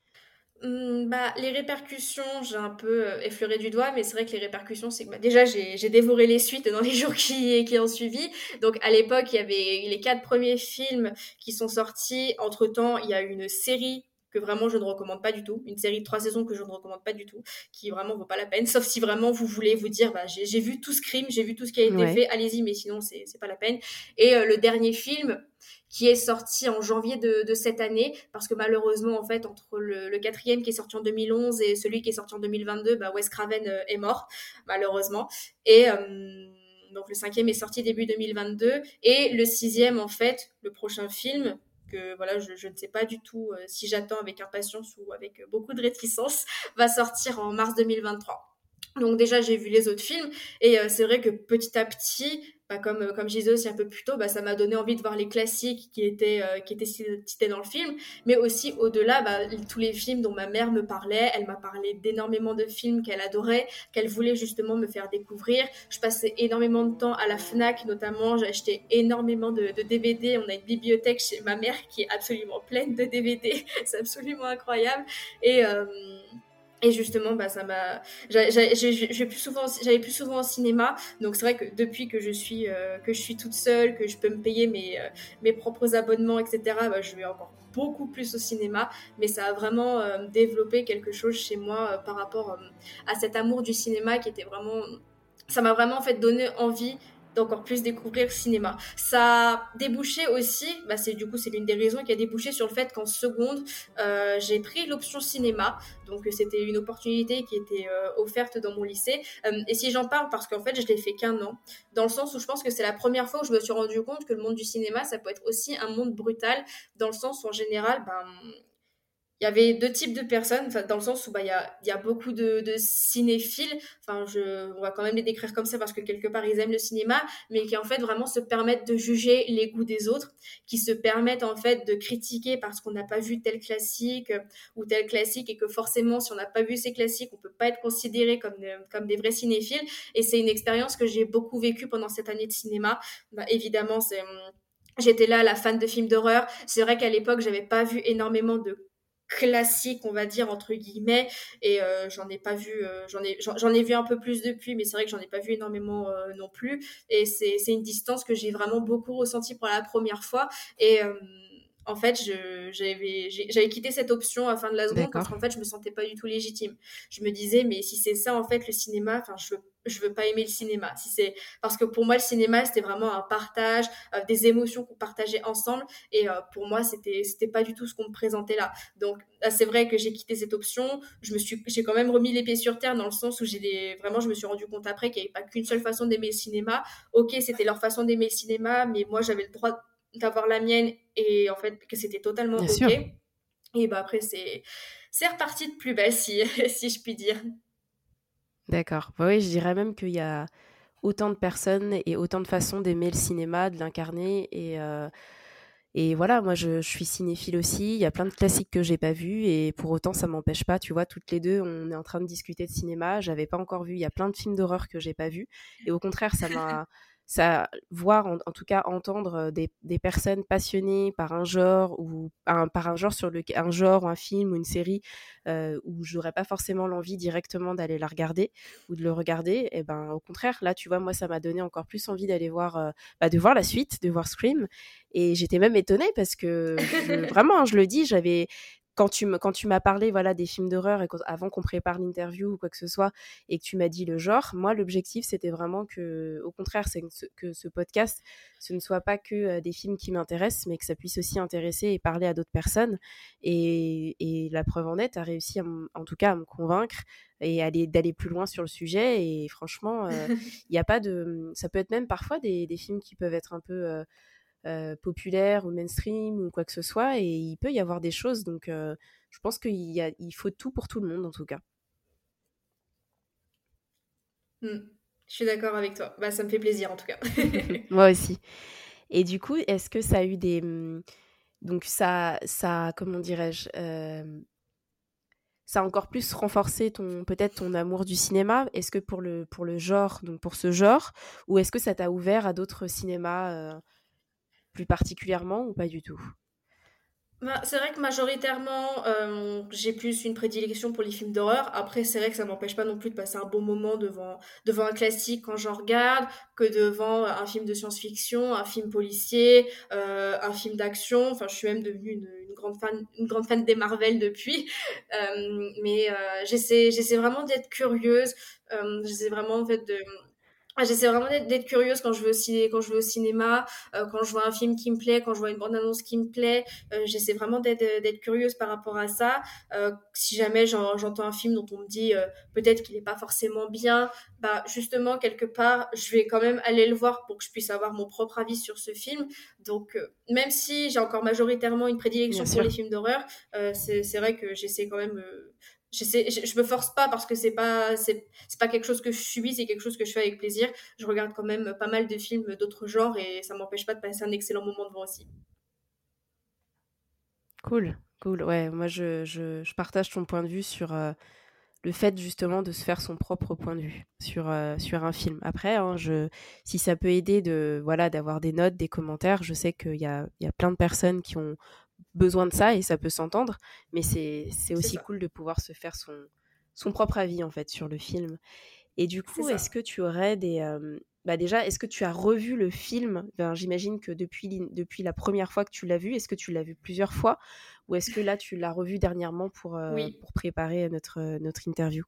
Les répercussions, j'ai un peu effleuré du doigt, mais c'est vrai que les répercussions, c'est que déjà, j'ai dévoré les suites dans les jours qui ont suivi. Donc, à l'époque, il y avait les 4 premiers films qui sont sortis. Entre-temps, il y a eu une série que vraiment je ne recommande pas du tout, une série de 3 saisons que je ne recommande pas du tout, qui vraiment vaut pas la peine, sauf si vraiment vous voulez vous dire, j'ai vu tout ce crime, j'ai vu tout ce qui a été Ouais, fait, allez-y, mais sinon, c'est pas la peine. Et le dernier film, qui est sorti en janvier de cette année, parce que malheureusement, en fait, entre le quatrième qui est sorti en 2011 et celui qui est sorti en 2022, Wes Craven est mort, malheureusement. Et donc le cinquième est sorti début 2022, et le sixième, en fait, le prochain film, que voilà, je ne sais pas du tout si j'attends avec impatience ou avec beaucoup de réticence, va sortir en mars 2023. Donc déjà, j'ai vu les autres films et c'est vrai que petit à petit, comme je disais aussi un peu plus tôt, ça m'a donné envie de voir les classiques qui étaient cités dans le film, mais aussi au-delà, tous les films dont ma mère me parlait. Elle m'a parlé d'énormément de films qu'elle adorait, qu'elle voulait justement me faire découvrir. Je passais énormément de temps à la Fnac, notamment. J'ai acheté énormément de DVD. On a une bibliothèque chez ma mère qui est absolument pleine de DVD. C'est absolument incroyable. Et et justement, ça m'a. J'allais plus souvent au cinéma, donc c'est vrai que depuis que je suis toute seule, que je peux me payer mes propres abonnements, etc. Je vais encore beaucoup plus au cinéma, mais ça a vraiment développé quelque chose chez moi par rapport à cet amour du cinéma qui était vraiment. Ça m'a vraiment en fait donné envie d'encore plus découvrir le cinéma. Ça a débouché aussi, c'est l'une des raisons qui a débouché sur le fait qu'en seconde, j'ai pris l'option cinéma. Donc c'était une opportunité qui était offerte dans mon lycée. Et si j'en parle, parce qu'en fait je l'ai fait qu'1 an, dans le sens où je pense que c'est la première fois où je me suis rendu compte que le monde du cinéma, ça peut être aussi un monde brutal, dans le sens où en général, il y avait deux types de personnes, dans le sens où il y a beaucoup de cinéphiles, on va quand même les décrire comme ça parce que quelque part ils aiment le cinéma, mais qui en fait vraiment se permettent de juger les goûts des autres, qui se permettent en fait de critiquer parce qu'on n'a pas vu tel classique ou tel classique et que forcément si on n'a pas vu ces classiques, on peut pas être considéré comme des vrais cinéphiles. Et c'est une expérience que j'ai beaucoup vécue pendant cette année de cinéma. Évidemment, j'étais là, la fan de films d'horreur. C'est vrai qu'à l'époque, j'avais pas vu énormément de classiques, on va dire entre guillemets, et j'en ai pas vu, j'en ai vu un peu plus depuis, mais c'est vrai que j'en ai pas vu énormément non plus. Et c'est une distance que j'ai vraiment beaucoup ressentie pour la première fois. Et en fait, j'avais quitté cette option à la fin de la seconde parce D'accord. qu'en fait, je me sentais pas du tout légitime. Je me disais, mais si c'est ça, en fait, le cinéma, je veux pas aimer le cinéma. Si c'est, parce que pour moi, le cinéma, c'était vraiment un partage, des émotions qu'on partageait ensemble. Et pour moi, c'était pas du tout ce qu'on me présentait là. Donc, là, c'est vrai que j'ai quitté cette option. J'ai quand même remis les pieds sur terre dans le sens où vraiment, je me suis rendu compte après qu'il n'y avait pas qu'une seule façon d'aimer le cinéma. Ok, c'était leur façon d'aimer le cinéma, mais moi, j'avais le droit d'avoir la mienne et en fait que c'était totalement Bien ok. sûr. Et bah après c'est reparti de plus belle si si je puis dire. D'accord. Bah oui, je dirais même qu'il y a autant de personnes et autant de façons d'aimer le cinéma, de l'incarner. Et voilà, moi, je suis cinéphile aussi. Il y a plein de classiques que j'ai pas vus et pour autant, ça m'empêche pas. Tu vois, toutes les deux, on est en train de discuter de cinéma. J'avais pas encore vu. Il y a plein de films d'horreur que j'ai pas vus. Et au contraire, voir, en tout cas, entendre des personnes passionnées par un genre par un genre un genre ou un film ou une série où j'aurais pas forcément l'envie directement d'aller la regarder ou de le regarder. Et ben, au contraire, là, tu vois, moi, ça m'a donné encore plus envie d'aller voir, de voir la suite, de voir Scream. Et j'étais même étonnée parce que vraiment, hein, je le dis, quand tu m'as parlé voilà des films d'horreur et avant qu'on prépare l'interview ou quoi que ce soit et que tu m'as dit le genre, moi l'objectif c'était vraiment que au contraire c'est que ce podcast ce ne soit pas que des films qui m'intéressent mais que ça puisse aussi intéresser et parler à d'autres personnes et la preuve en est, tu as réussi en tout cas à me convaincre et d'aller plus loin sur le sujet et franchement il y a pas de ça peut être même parfois des films qui peuvent être un peu populaire ou mainstream ou quoi que ce soit et il peut y avoir des choses donc je pense il faut tout pour tout le monde en tout cas. Hmm. Je suis d'accord avec toi. Bah ça me fait plaisir en tout cas. Moi aussi. Et du coup, est-ce que ça a eu donc comment dirais-je ça a encore plus renforcé peut-être ton amour du cinéma. Est-ce que pour le genre, donc pour ce genre, ou est-ce que ça t'a ouvert à d'autres cinémas plus particulièrement ou pas du tout? Bah, c'est vrai que majoritairement, j'ai plus une prédilection pour les films d'horreur. Après, c'est vrai que ça m'empêche pas non plus de passer un bon moment devant un classique quand j'en regarde, que devant un film de science-fiction, un film policier, un film d'action. Enfin, je suis même devenue une grande fan des Marvel depuis. Mais j'essaie vraiment d'être curieuse. J'essaie vraiment en fait de J'essaie vraiment d'être curieuse quand je vais quand je vais au cinéma, quand je vois un film qui me plaît, quand je vois une bande-annonce qui me plaît. J'essaie vraiment d'être curieuse par rapport à ça. Si jamais j'entends un film dont on me dit peut-être qu'il n'est pas forcément bien, bah justement quelque part, je vais quand même aller le voir pour que je puisse avoir mon propre avis sur ce film. Donc même si j'ai encore majoritairement une Bien prédilection pour les sûr. films d'horreur, c'est vrai que j'essaie quand même. Je me force pas parce que c'est pas quelque chose que je subis, c'est quelque chose que je fais avec plaisir. Je regarde quand même pas mal de films d'autres genres et ça m'empêche pas de passer un excellent moment devant aussi. Cool, cool. Ouais, moi je partage ton point de vue sur le fait justement de se faire son propre point de vue sur un film. Après, hein, si ça peut aider voilà, d'avoir des notes, des commentaires, je sais il y a plein de personnes qui ont besoin de ça et ça peut s'entendre, mais c'est C'est aussi ça, cool de pouvoir se faire son propre avis en fait sur le film. Et du c'est coup, est-ce ça. que tu aurais déjà, est-ce que tu as revu le film? Enfin, j'imagine que depuis la première fois que tu l'as vu, est-ce que tu l'as vu plusieurs fois? Ou est-ce que là, tu l'as revu dernièrement Oui. pour préparer notre interview?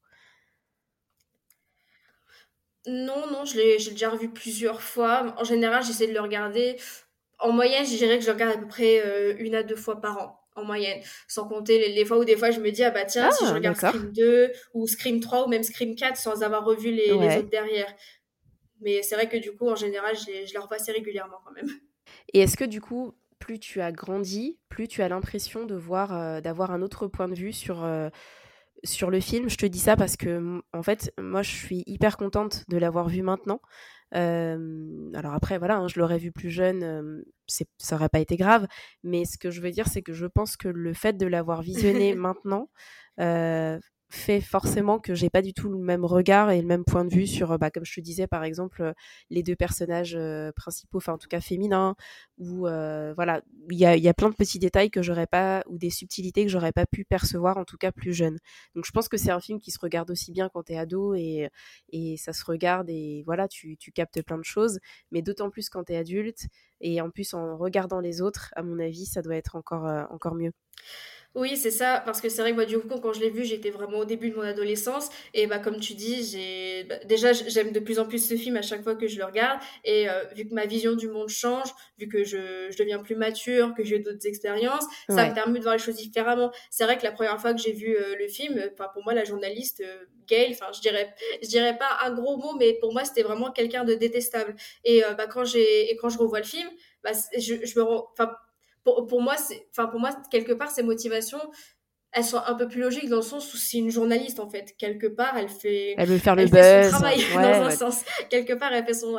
Non, non, j'ai déjà revu plusieurs fois. En général, j'essaie de le regarder. En moyenne, je dirais que je regarde à peu près une à deux fois par an. En moyenne, sans compter les fois où des fois je me dis ah bah tiens si je Ah, regarde d'accord. Scream 2 ou Scream 3 ou même Scream 4 sans avoir revu les Ouais. autres derrière. Mais c'est vrai que du coup en général je la revois assez régulièrement quand même. Et est-ce que du coup, plus tu as grandi, plus tu as l'impression d'avoir un autre point de vue sur le film. Je te dis ça parce que, en fait, moi, je suis hyper contente de l'avoir vu maintenant. Alors après, voilà, hein, je l'aurais vu plus jeune, ça aurait pas été grave. Mais ce que je veux dire, c'est que je pense que le fait de l'avoir visionné maintenant fait forcément que j'ai pas du tout le même regard et le même point de vue sur, comme je te disais, par exemple, les deux personnages principaux, enfin en tout cas féminins, ou voilà, il y a plein de petits détails que j'aurais pas, ou des subtilités que j'aurais pas pu percevoir, en tout cas plus jeune. Donc je pense que c'est un film qui se regarde aussi bien quand t'es ado, et ça se regarde, et voilà, tu captes plein de choses, mais d'autant plus quand t'es adulte, et en plus en regardant les autres, à mon avis, ça doit être encore mieux. Oui, c'est ça, parce que c'est vrai que moi, du coup, quand je l'ai vu, j'étais vraiment au début de mon adolescence. Et bah, comme tu dis, déjà, j'aime de plus en plus ce film à chaque fois que je le regarde. Et vu que ma vision du monde change, vu que je deviens plus mature, que j'ai d'autres expériences, ça me Ouais. permet de voir les choses différemment. C'est vrai que la première fois que j'ai vu le film, pour moi, la journaliste, Gail, je dirais pas un gros mot, mais pour moi, c'était vraiment quelqu'un de détestable. Et quand je revois le film, je me rends, pour moi, pour moi, quelque part, ses motivations, elles sont un peu plus logiques dans le sens où c'est une journaliste, en fait. Quelque part, Elle veut faire le elle fait son buzz. travail, dans Ouais, un ouais. sens. Quelque part,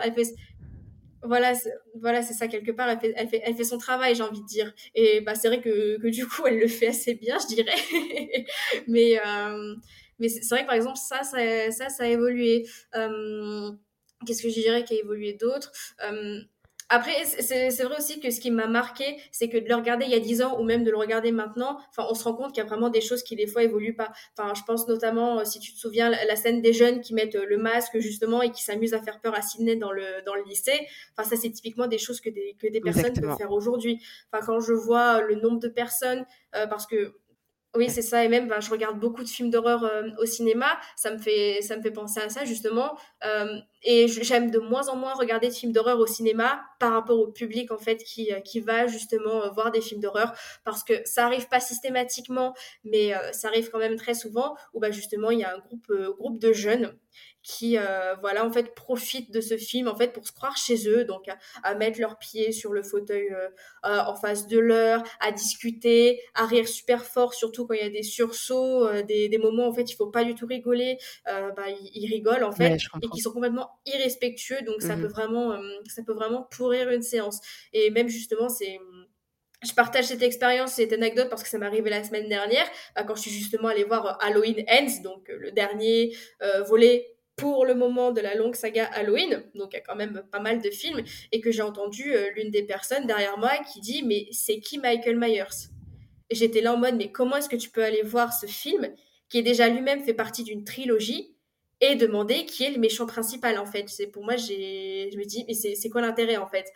voilà, c'est ça. Quelque part, elle fait son travail, j'ai envie de dire. Et bah, c'est vrai que du coup, elle le fait assez bien, je dirais. mais, c'est vrai que par exemple, ça a évolué. Qu'est-ce que je dirais qui a évolué d'autre? Après, c'est vrai aussi que ce qui m'a marqué, c'est que de le regarder il y a 10 ans ou même de le regarder maintenant, enfin, on se rend compte qu'il y a vraiment des choses qui des fois évoluent pas. Enfin, je pense notamment, si tu te souviens, la scène des jeunes qui mettent le masque justement et qui s'amusent à faire peur à Sydney dans le lycée. Enfin, ça c'est typiquement des choses que des personnes peuvent Exactement. faire aujourd'hui. Enfin, quand je vois le nombre de personnes, parce que oui, c'est ça. Et même, je regarde beaucoup de films d'horreur au cinéma. Ça me fait penser à ça, justement. Et j'aime de moins en moins regarder de films d'horreur au cinéma par rapport au public, en fait, qui va justement voir des films d'horreur. Parce que ça arrive pas systématiquement, mais ça arrive quand même très souvent où, justement, il y a un groupe de jeunes qui, voilà, en fait, profitent de ce film, en fait, pour se croire chez eux. Donc, à mettre leurs pieds sur le fauteuil en face de leur, à discuter, à rire super fort, surtout quand il y a des sursauts, des moments en fait il faut pas du tout rigoler, ils rigolent en fait Ouais, je et qui comprends. sont complètement irrespectueux, donc Mhm. ça peut vraiment pourrir une séance. Et même justement je partage cette expérience, cette anecdote parce que ça m'est arrivé la semaine dernière, quand je suis justement allée voir Halloween Ends, donc le dernier volet pour le moment de la longue saga Halloween, donc il y a quand même pas mal de films, et que j'ai entendu l'une des personnes derrière moi qui dit mais c'est qui Michael Myers? Et j'étais là en mode mais comment est-ce que tu peux aller voir ce film qui est déjà lui-même fait partie d'une trilogie et demander qui est le méchant principal en fait. C'est pour moi je me dis mais c'est quoi l'intérêt en fait?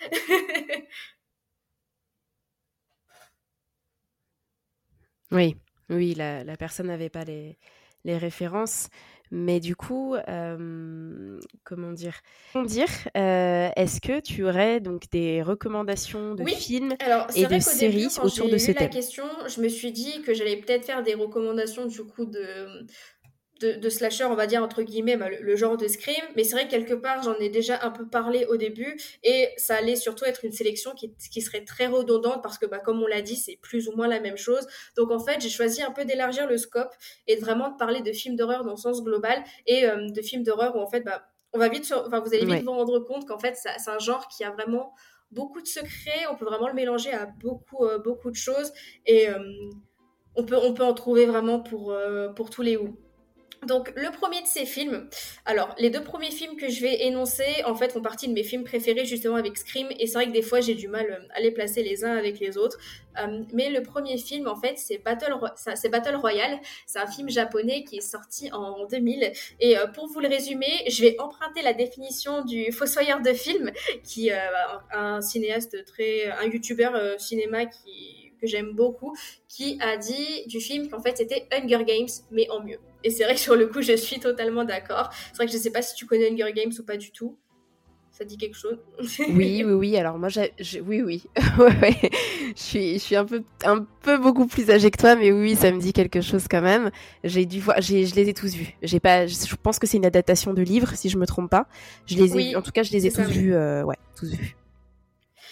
Oui, oui, la personne n'avait pas les références. Mais du coup, comment dire, est-ce que tu aurais donc des recommandations de Oui, films alors et c'est de vrai qu'au début, séries quand autour de j'ai ce lu la thème? question, je me suis dit que j'allais peut-être faire des recommandations du coup de slasher, on va dire entre guillemets, le genre de scream. Mais c'est vrai que quelque part, j'en ai déjà un peu parlé au début et ça allait surtout être une sélection qui serait très redondante parce que, comme on l'a dit, c'est plus ou moins la même chose. Donc en fait, j'ai choisi un peu d'élargir le scope et de vraiment de parler de films d'horreur dans le sens global et de films d'horreur où en fait, vous allez vite Ouais. vous rendre compte qu'en fait, c'est un genre qui a vraiment beaucoup de secrets. On peut vraiment le mélanger à beaucoup de choses et on peut en trouver vraiment pour tous les goûts. Donc, le premier de ces films, alors, les deux premiers films que je vais énoncer, en fait, font partie de mes films préférés, justement, avec Scream, et c'est vrai que des fois, j'ai du mal à les placer les uns avec les autres. Mais le premier film, en fait, c'est Battle Royale. C'est un film japonais qui est sorti en 2000. Et pour vous le résumer, je vais emprunter la définition du fossoyeur de film, qui un cinéaste un youtubeur cinéma que j'aime beaucoup, qui a dit du film qu'en fait c'était Hunger Games, mais en mieux. Et c'est vrai que sur le coup, je suis totalement d'accord. C'est vrai que je sais pas si tu connais Hunger Games ou pas du tout. Ça dit quelque chose? Oui, oui, oui. Alors moi, oui, oui. Ouais, ouais. Je suis un peu beaucoup plus âgée que toi, mais oui, ça me dit quelque chose quand même. J'ai dû voir, je les ai tous vus. Je pense que c'est une adaptation de livre, si je me trompe pas. Je les ai vus. En Oui, tout cas, je les ai c'est ça, tous oui. vus. Ouais, tous vus.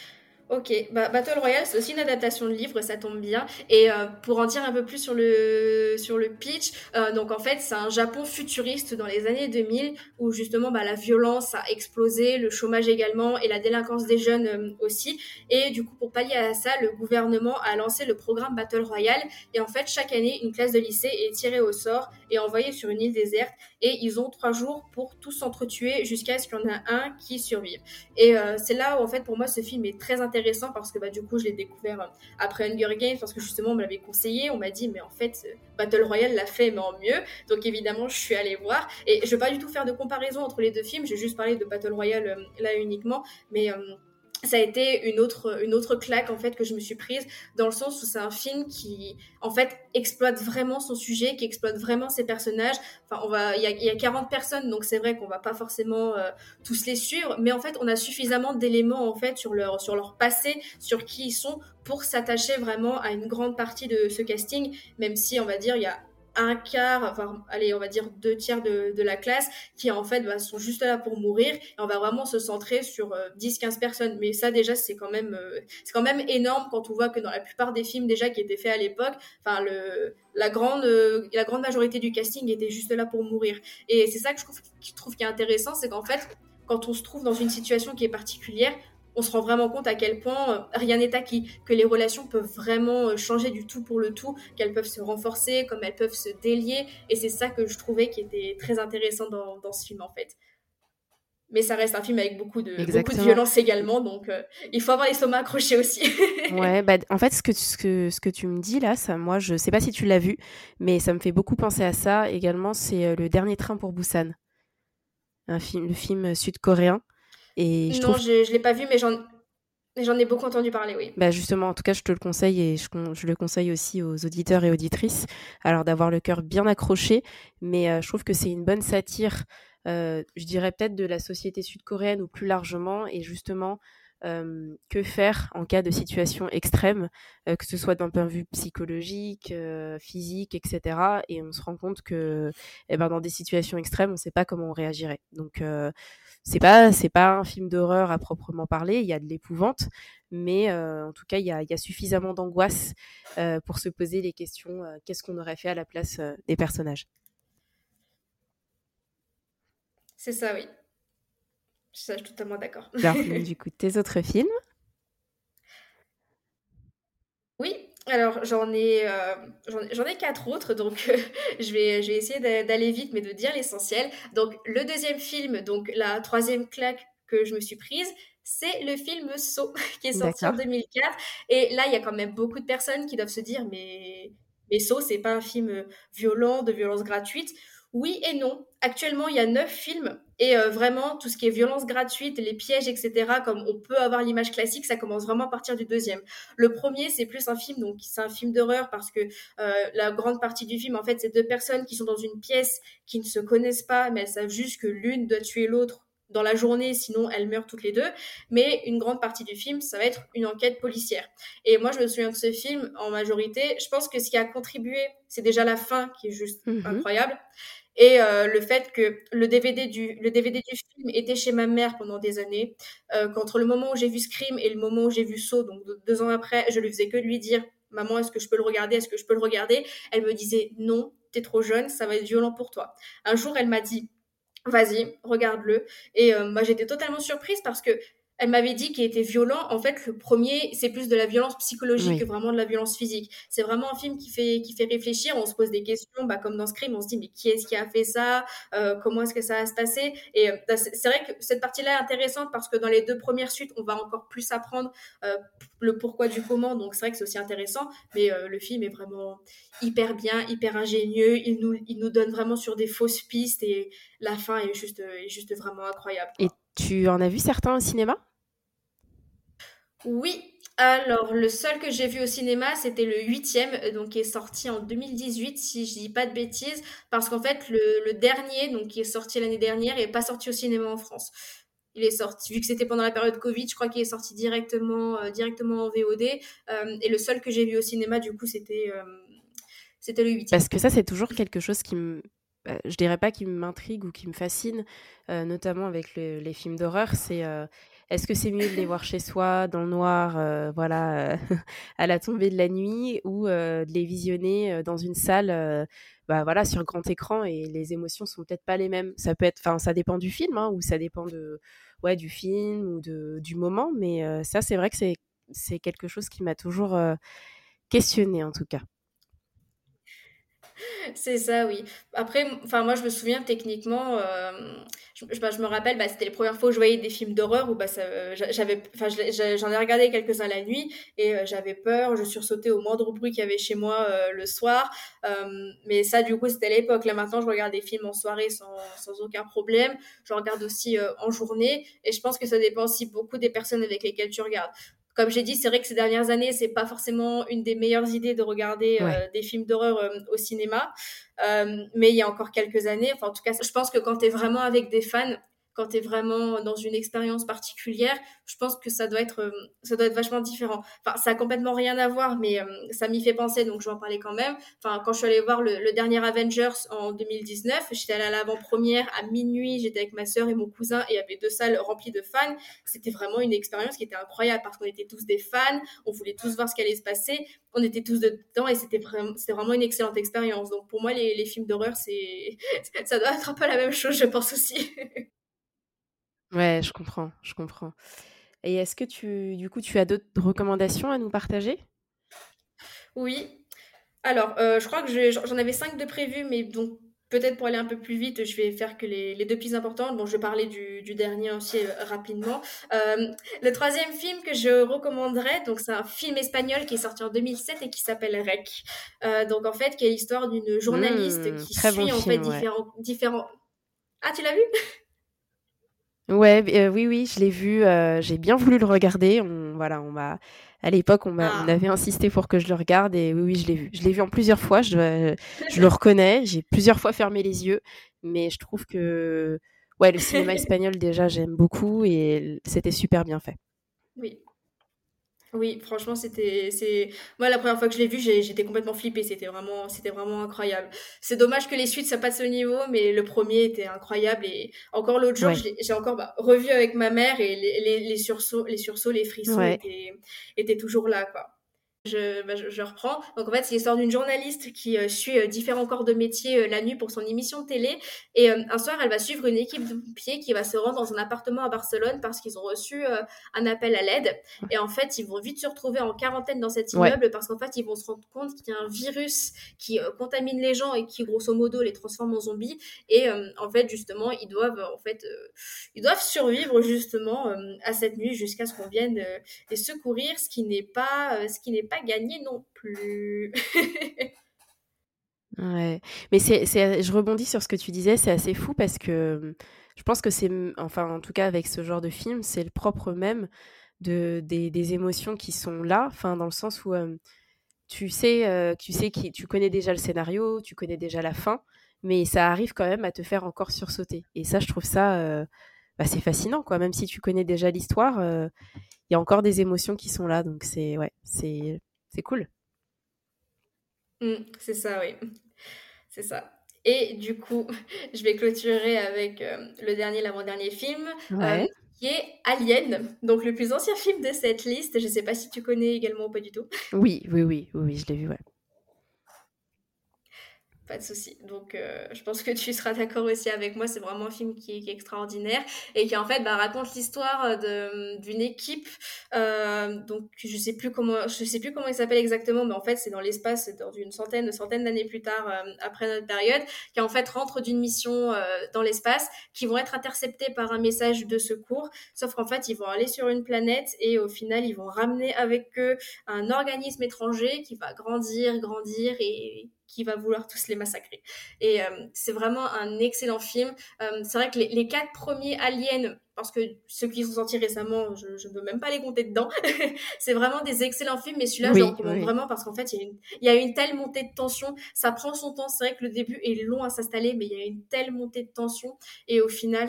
Ok, bah, Battle Royale, c'est aussi une adaptation de livre, ça tombe bien. Et pour en dire un peu plus sur le pitch, donc en fait, c'est un Japon futuriste dans les années 2000 où justement bah, la violence a explosé, le chômage également et la délinquance des jeunes aussi. Et du coup, pour pallier à ça, le gouvernement a lancé le programme Battle Royale. Et en fait, chaque année, une classe de lycée est tirée au sort et envoyée sur une île déserte. Et ils ont 3 jours pour tous s'entretuer jusqu'à ce qu'il y en ait un qui survive. Et c'est là où, en fait, pour moi, ce film est très intéressant parce que, bah, du coup, je l'ai découvert après Hunger Games parce que, justement, on me l'avait conseillé. On m'a dit, mais en fait, Battle Royale l'a fait, mais en mieux. Donc, évidemment, je suis allée voir. Et je vais pas du tout faire de comparaison entre les deux films. J'ai juste parlé de Battle Royale là uniquement. Mais ça a été une autre claque en fait que je me suis prise dans le sens où c'est un film qui en fait exploite vraiment son sujet, qui exploite vraiment ses personnages. Enfin, il y a 40 personnes donc c'est vrai qu'on va pas forcément tous les suivre, mais en fait on a suffisamment d'éléments en fait sur leur passé, sur qui ils sont pour s'attacher vraiment à une grande partie de ce casting, même si on va dire il y a un quart, enfin, allez, on va dire 2 tiers de la classe qui en fait bah, sont juste là pour mourir et on va vraiment se centrer sur 10-15 personnes. Mais ça déjà c'est quand même énorme quand on voit que dans la plupart des films déjà qui étaient faits à l'époque, enfin la grande majorité du casting était juste là pour mourir. Et c'est ça que je trouve qui est intéressant, c'est qu'en fait quand on se trouve dans une situation qui est particulière, on se rend vraiment compte à quel point rien n'est acquis, que les relations peuvent vraiment changer du tout pour le tout, qu'elles peuvent se renforcer, comme elles peuvent se délier, et c'est ça que je trouvais qui était très intéressant dans ce film en fait. Mais ça reste un film avec beaucoup de Exactement. violence également, donc il faut avoir l'estomac accroché aussi. Ouais, bah, en fait, ce que tu me dis là, ça, moi, je sais pas si tu l'as vu, mais ça me fait beaucoup penser à ça également. C'est Le Dernier Train pour Busan, le film sud-coréen. Et je Non, trouve, je l'ai pas vu, mais j'en ai beaucoup entendu parler, oui. bah justement, en tout cas, je te le conseille et je le conseille aussi aux auditeurs et auditrices, alors d'avoir le cœur bien accroché, mais je trouve que c'est une bonne satire, je dirais peut-être de la société sud-coréenne ou plus largement, et justement, que faire en cas de situation extrême, que ce soit d'un point de vue psychologique, physique, etc. Et on se rend compte que, eh ben, dans des situations extrêmes, on ne sait pas comment on réagirait. Donc, c'est pas un film d'horreur à proprement parler. Il y a de l'épouvante, mais en tout cas, il y a suffisamment d'angoisse pour se poser les questions. Qu'est-ce qu'on aurait fait à la place des personnages? C'est ça, oui. Ça, je suis totalement d'accord. Alors, du coup, tes autres films? Oui, alors j'en ai 4 autres, donc je vais essayer d'aller vite, mais de dire l'essentiel. Donc le deuxième film, donc la troisième claque que je me suis prise, c'est le film Saw, qui est sorti en D'accord. 2004. Et là, il y a quand même beaucoup de personnes qui doivent se dire, mais Saw, c'est pas un film violent, de violence gratuite. Oui et non. Actuellement, il y a 9 films. Et vraiment, tout ce qui est violence gratuite, les pièges, etc., comme on peut avoir l'image classique, ça commence vraiment à partir du deuxième. Le premier, c'est plus un film, donc c'est un film d'horreur parce que la grande partie du film, en fait, c'est 2 personnes qui sont dans une pièce, qui ne se connaissent pas, mais elles savent juste que l'une doit tuer l'autre dans la journée, sinon elles meurent toutes les deux. Mais une grande partie du film, ça va être une enquête policière. Et moi, je me souviens de ce film en majorité. Je pense que ce qui a contribué, c'est déjà la fin qui est juste Mhm. incroyable. Et le fait que le DVD du film était chez ma mère pendant des années, qu'entre le moment où j'ai vu Scream et le moment où j'ai vu Saw, donc 2 ans après, je lui faisais que de lui dire maman, est-ce que je peux le regarder? Est-ce que je peux le regarder? Elle me disait non, t'es trop jeune, ça va être violent pour toi. Un jour, elle m'a dit vas-y, regarde-le. Et moi, j'étais totalement surprise parce que elle m'avait dit qu'il était violent. En fait, le premier, c'est plus de la violence psychologique que Oui. vraiment de la violence physique. C'est vraiment un film qui fait réfléchir. On se pose des questions, bah, comme dans Scream, on se dit mais qui est-ce qui a fait ça? Comment est-ce que ça va se passer? Et c'est vrai que cette partie-là est intéressante parce que dans les 2 premières suites, on va encore plus apprendre le pourquoi du comment. Donc c'est vrai que c'est aussi intéressant. Mais le film est vraiment hyper bien, hyper ingénieux. Il nous donne vraiment sur des fausses pistes et la fin est juste vraiment incroyable, Et quoi. tu en as vu certains au cinéma? Oui, alors le seul que j'ai vu au cinéma, c'était le huitième, donc qui est sorti en 2018, si je dis pas de bêtises, parce qu'en fait le dernier, donc qui est sorti l'année dernière, est pas sorti au cinéma en France. Il est sorti, vu que c'était pendant la période Covid, je crois qu'il est sorti directement en VOD. Et le seul que j'ai vu au cinéma, du coup, c'était le huitième. Parce que ça, c'est toujours quelque chose je dirais pas qui m'intrigue ou qui me fascine, notamment avec les films d'horreur. est-ce que c'est mieux de les voir chez soi, dans le noir, voilà, à la tombée de la nuit ou de les visionner, dans une salle, bah, voilà, sur grand écran et les émotions sont peut-être pas les mêmes. Ça peut être enfin, ça dépend du film, hein, ou ça dépend de ouais, du film ou du moment, mais ça, c'est vrai que c'est quelque chose qui m'a toujours, questionnée, en tout cas. C'est ça, oui. Après, enfin, moi, je me souviens techniquement, je me rappelle, bah, c'était les premières fois où je voyais des films d'horreur où bah, j'avais, enfin, j'en ai regardé quelques-uns la nuit et j'avais peur, je sursautais au moindre bruit qu'il y avait chez moi le soir. Mais ça, du coup, c'était à l'époque. Là, maintenant, je regarde des films en soirée sans aucun problème. Je regarde aussi en journée et je pense que ça dépend aussi beaucoup des personnes avec lesquelles tu regardes. Comme j'ai dit, c'est vrai que ces dernières années, c'est pas forcément une des meilleures idées de regarder Ouais. des films d'horreur au cinéma. Mais il y a encore quelques années, enfin en tout cas, je pense que quand tu es vraiment avec des fans, quand tu es vraiment dans une expérience particulière, je pense que ça doit être vachement différent. Enfin, ça a complètement rien à voir, mais ça m'y fait penser, donc je vais en parler quand même. Enfin, quand je suis allée voir le dernier Avengers en 2019, j'étais allée à l'avant-première à minuit, j'étais avec ma sœur et mon cousin, et il y avait deux salles remplies de fans. C'était vraiment une expérience qui était incroyable parce qu'on était tous des fans, on voulait tous voir ce qui allait se passer, on était tous dedans et c'était vraiment une excellente expérience. Donc pour moi, les films d'horreur, ça doit être un peu la même chose, je pense aussi. Ouais, je comprends, je comprends. Et est-ce que du coup, tu as d'autres recommandations à nous partager? Oui. Alors, je crois que j'en avais 5 de prévus, mais donc peut-être pour aller un peu plus vite, je vais faire que les deux plus importantes. Bon, je vais parler du dernier aussi rapidement. Le troisième film que je recommanderais, donc c'est un film espagnol qui est sorti en 2007 et qui s'appelle Rec. Donc en fait, qui est l'histoire d'une journaliste qui Très bon suit en fait film, ouais. différents... Ah, tu l'as vu? Ouais, oui, oui, je l'ai vu, j'ai bien voulu le regarder. Voilà, à l'époque, on Ah. avait insisté pour que je le regarde et oui, oui, je l'ai vu. Je l'ai vu en plusieurs fois, je le reconnais. J'ai plusieurs fois fermé les yeux, mais je trouve que, ouais, le cinéma espagnol, déjà, j'aime beaucoup et c'était super bien fait. Oui. Oui, franchement, moi la première fois que je l'ai vu, j'étais complètement flippée. C'était vraiment incroyable. C'est dommage que les suites soient pas de ce niveau, mais le premier était incroyable. Et encore l'autre jour, Ouais, j'ai encore revu avec ma mère et les sursauts, les frissons ouais, étaient toujours là, quoi. Je reprends. Donc en fait, c'est l'histoire d'une journaliste qui suit différents corps de métier la nuit pour son émission de télé. Et un soir, elle va suivre une équipe de pompiers qui va se rendre dans un appartement à Barcelone parce qu'ils ont reçu un appel à l'aide. Et en fait, ils vont vite se retrouver en quarantaine dans cet ouais, immeuble parce qu'en fait, ils vont se rendre compte qu'il y a un virus qui contamine les gens et qui, grosso modo, les transforme en zombies. Et en fait, justement, ils doivent survivre justement à cette nuit jusqu'à ce qu'on vienne les secourir, ce qui n'est pas gagné non plus. ouais. Mais je rebondis sur ce que tu disais, c'est assez fou parce que je pense que enfin, en tout cas, avec ce genre de film, c'est le propre même des émotions qui sont là, enfin, dans le sens où tu connais déjà le scénario, tu connais déjà la fin, mais ça arrive quand même à te faire encore sursauter. Et ça, je trouve ça, bah, c'est fascinant, quoi. Même si tu connais déjà l'histoire, il y a encore des émotions qui sont là, donc ouais, c'est cool. C'est ça, oui. C'est ça. Et du coup, je vais clôturer avec le dernier, l'avant-dernier film, Ouais. qui est Alien, donc le plus ancien film de cette liste. Je ne sais pas si tu connais également ou pas du tout. Oui, oui, oui, oui, oui, je l'ai vu, ouais. Pas de souci. Donc, je pense que tu seras d'accord aussi avec moi. C'est vraiment un film qui est extraordinaire et qui en fait bah, raconte l'histoire d'une équipe. Donc, je sais plus comment il s'appelle exactement, mais en fait, c'est dans l'espace, c'est dans une centaine d'années plus tard après notre période, qui en fait rentre d'une mission dans l'espace, qui vont être interceptés par un message de secours. Sauf qu'en fait, ils vont aller sur une planète et au final, ils vont ramener avec eux un organisme étranger qui va grandir et qui va vouloir tous les massacrer. Et c'est vraiment un excellent film. C'est vrai que les quatre premiers Aliens, parce que ceux qui sont sortis récemment, je ne veux même pas les compter dedans, c'est vraiment des excellents films, mais celui-là, je le Oui, oui, recommande oui. vraiment parce qu'en fait, il y a une telle montée de tension, ça prend son temps, c'est vrai que le début est long à s'installer, mais il y a une telle montée de tension, et au final,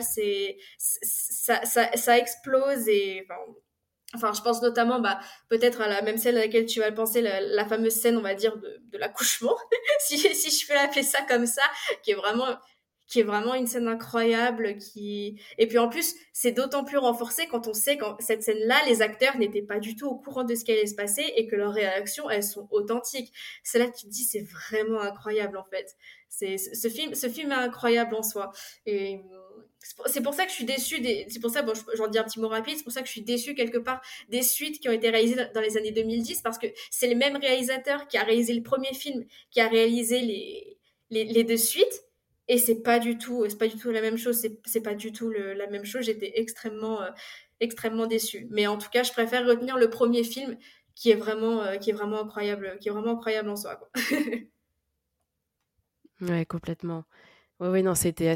ça explose, et enfin, je pense notamment, bah, peut-être à la même scène à laquelle tu vas le penser, la fameuse scène, on va dire, de l'accouchement, si je peux l'appeler ça comme ça, qui est vraiment qui est vraiment une scène incroyable. Et puis en plus, c'est d'autant plus renforcé quand on sait qu'en cette scène-là, les acteurs n'étaient pas du tout au courant de ce qui allait se passer et que leurs réactions, elles sont authentiques. C'est là que tu te dis, c'est vraiment incroyable en fait. Ce film est incroyable en soi. Et c'est pour ça que je suis déçue. C'est pour ça, bon, j'en dis un petit mot rapide, c'est pour ça que je suis déçue quelque part des suites qui ont été réalisées dans les années 2010, parce que c'est le même réalisateur qui a réalisé le premier film, qui a réalisé les deux suites, et c'est pas du tout la même chose. C'est pas du tout la même chose. J'étais extrêmement déçue. Mais en tout cas, je préfère retenir le premier film qui est vraiment incroyable en soi, quoi. Ouais, complètement. Ouais, ouais, non, c'était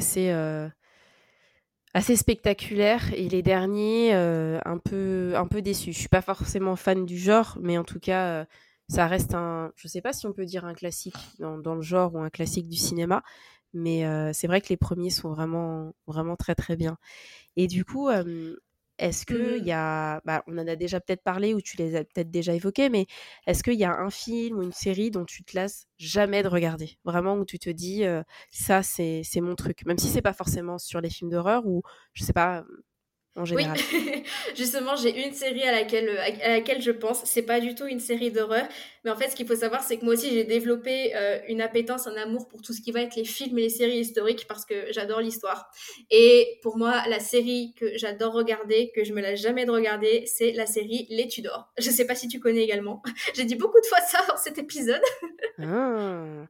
assez spectaculaire et les derniers, un peu déçus. Je suis pas forcément fan du genre, mais en tout cas, ça reste je sais pas si on peut dire un classique dans le genre ou un classique du cinéma, mais c'est vrai que les premiers sont vraiment, vraiment très, très bien. Et du coup, est-ce qu'il y Mhm. a, bah, on en a déjà peut-être parlé ou tu les as peut-être déjà évoqués, mais est-ce qu'il y a un film ou une série dont tu te lasses jamais de regarder? Vraiment, où tu te dis, ça, c'est mon truc. Même si c'est pas forcément sur les films d'horreur ou, je sais pas, en Oui, général. justement, j'ai une série à laquelle je pense. C'est pas du tout une série d'horreur, mais en fait, ce qu'il faut savoir, c'est que moi aussi, j'ai développé une appétence, un amour pour tout ce qui va être les films et les séries historiques parce que j'adore l'histoire. Et pour moi, la série que j'adore regarder, que je me lasse jamais de regarder, c'est la série Les Tudors. Je sais pas si tu connais également. J'ai dit beaucoup de fois ça dans cet épisode. Ah!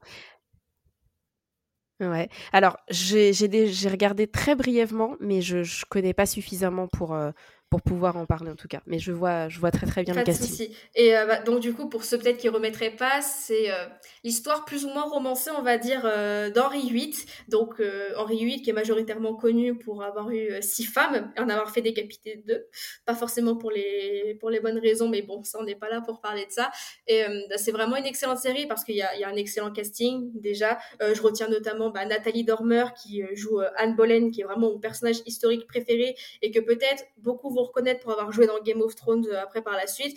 Ouais. Alors, j'ai regardé très brièvement, mais je connais pas suffisamment pour pouvoir en parler en tout cas. Mais je vois très très bien le Pas de casting. souci. Et donc du coup, pour ceux peut-être qui remettraient pas, c'est l'histoire plus ou moins romancée, on va dire, d'Henri VIII. Donc Henri VIII qui est majoritairement connu pour avoir eu 6 femmes et en avoir fait décapiter 2. Pas forcément pour les bonnes raisons, mais bon, ça on n'est pas là pour parler de ça. Et c'est vraiment une excellente série parce qu'il y a un excellent casting déjà. Je retiens notamment Nathalie Dormer qui joue Anne Boleyn, qui est vraiment mon personnage historique préféré et que peut-être beaucoup vont reconnaître pour avoir joué dans Game of Thrones après par la suite,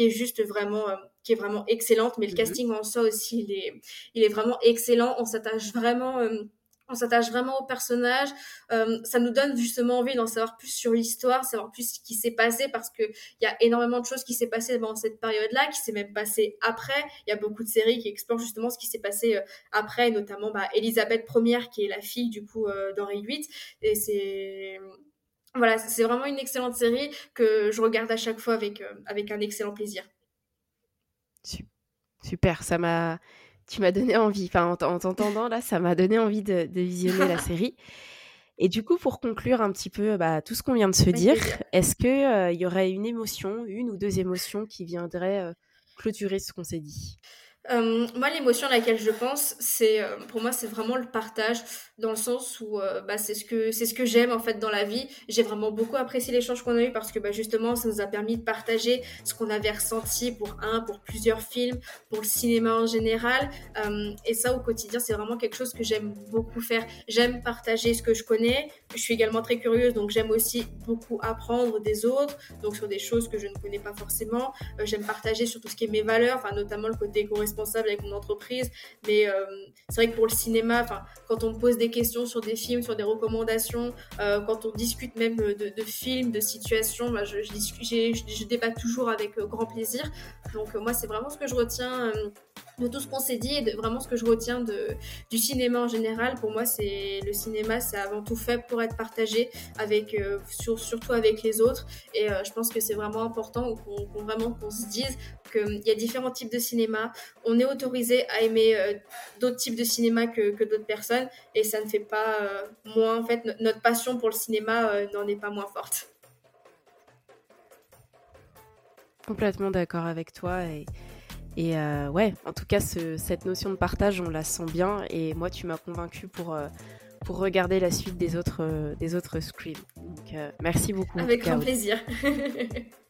qui est vraiment excellente. Mais le Mhm. casting en soi aussi, il est vraiment excellent. On s'attache vraiment au personnage. Ça nous donne justement envie d'en savoir plus sur l'histoire, savoir plus ce qui s'est passé, parce qu'il y a énormément de choses qui s'est passé dans cette période-là, qui s'est même passé après. Il y a beaucoup de séries qui explorent justement ce qui s'est passé après, notamment Elisabeth Ier, qui est la fille du coup d'Henri VIII. Et voilà, c'est vraiment une excellente série que je regarde à chaque fois avec un excellent plaisir. Su- Super, tu m'as donné envie. Enfin, en t'entendant là, ça m'a donné envie de visionner la série. Et du coup, pour conclure un petit peu tout ce qu'on vient de se Avec dire, plaisir. est-ce que il y aurait une ou deux émotions qui viendraient clôturer ce qu'on s'est dit? Moi, l'émotion à laquelle je pense, pour moi, c'est vraiment le partage, dans le sens où c'est ce que j'aime en fait dans la vie. J'ai vraiment beaucoup apprécié l'échange qu'on a eu parce que justement, ça nous a permis de partager ce qu'on avait ressenti pour plusieurs films, pour le cinéma en général. Et ça, au quotidien, c'est vraiment quelque chose que j'aime beaucoup faire. J'aime partager ce que je connais. Je suis également très curieuse, donc j'aime aussi beaucoup apprendre des autres, donc sur des choses que je ne connais pas forcément. J'aime partager sur tout ce qui est mes valeurs, enfin notamment le côté éco-responsable avec mon entreprise. Mais c'est vrai que pour le cinéma, enfin quand on me pose des questions sur des films, sur des recommandations, quand on discute même de films, de situations, je débat toujours avec grand plaisir. Donc moi c'est vraiment ce que je retiens de tout ce qu'on s'est dit et vraiment ce que je retiens du cinéma en général. Pour moi, le cinéma, c'est avant tout fait pour être partagé surtout avec les autres. Et je pense que c'est vraiment important qu'on se dise qu'il y a différents types de cinéma. On est autorisé à aimer d'autres types de cinéma que d'autres personnes, et ça ne fait pas moins. En fait, notre passion pour le cinéma n'en est pas moins forte. Complètement d'accord avec toi et ouais, en tout cas, cette notion de partage, on la sent bien. Et moi, tu m'as convaincue pour regarder la suite des autres Scream. Donc, merci beaucoup en tout Avec cas, grand Aude. plaisir.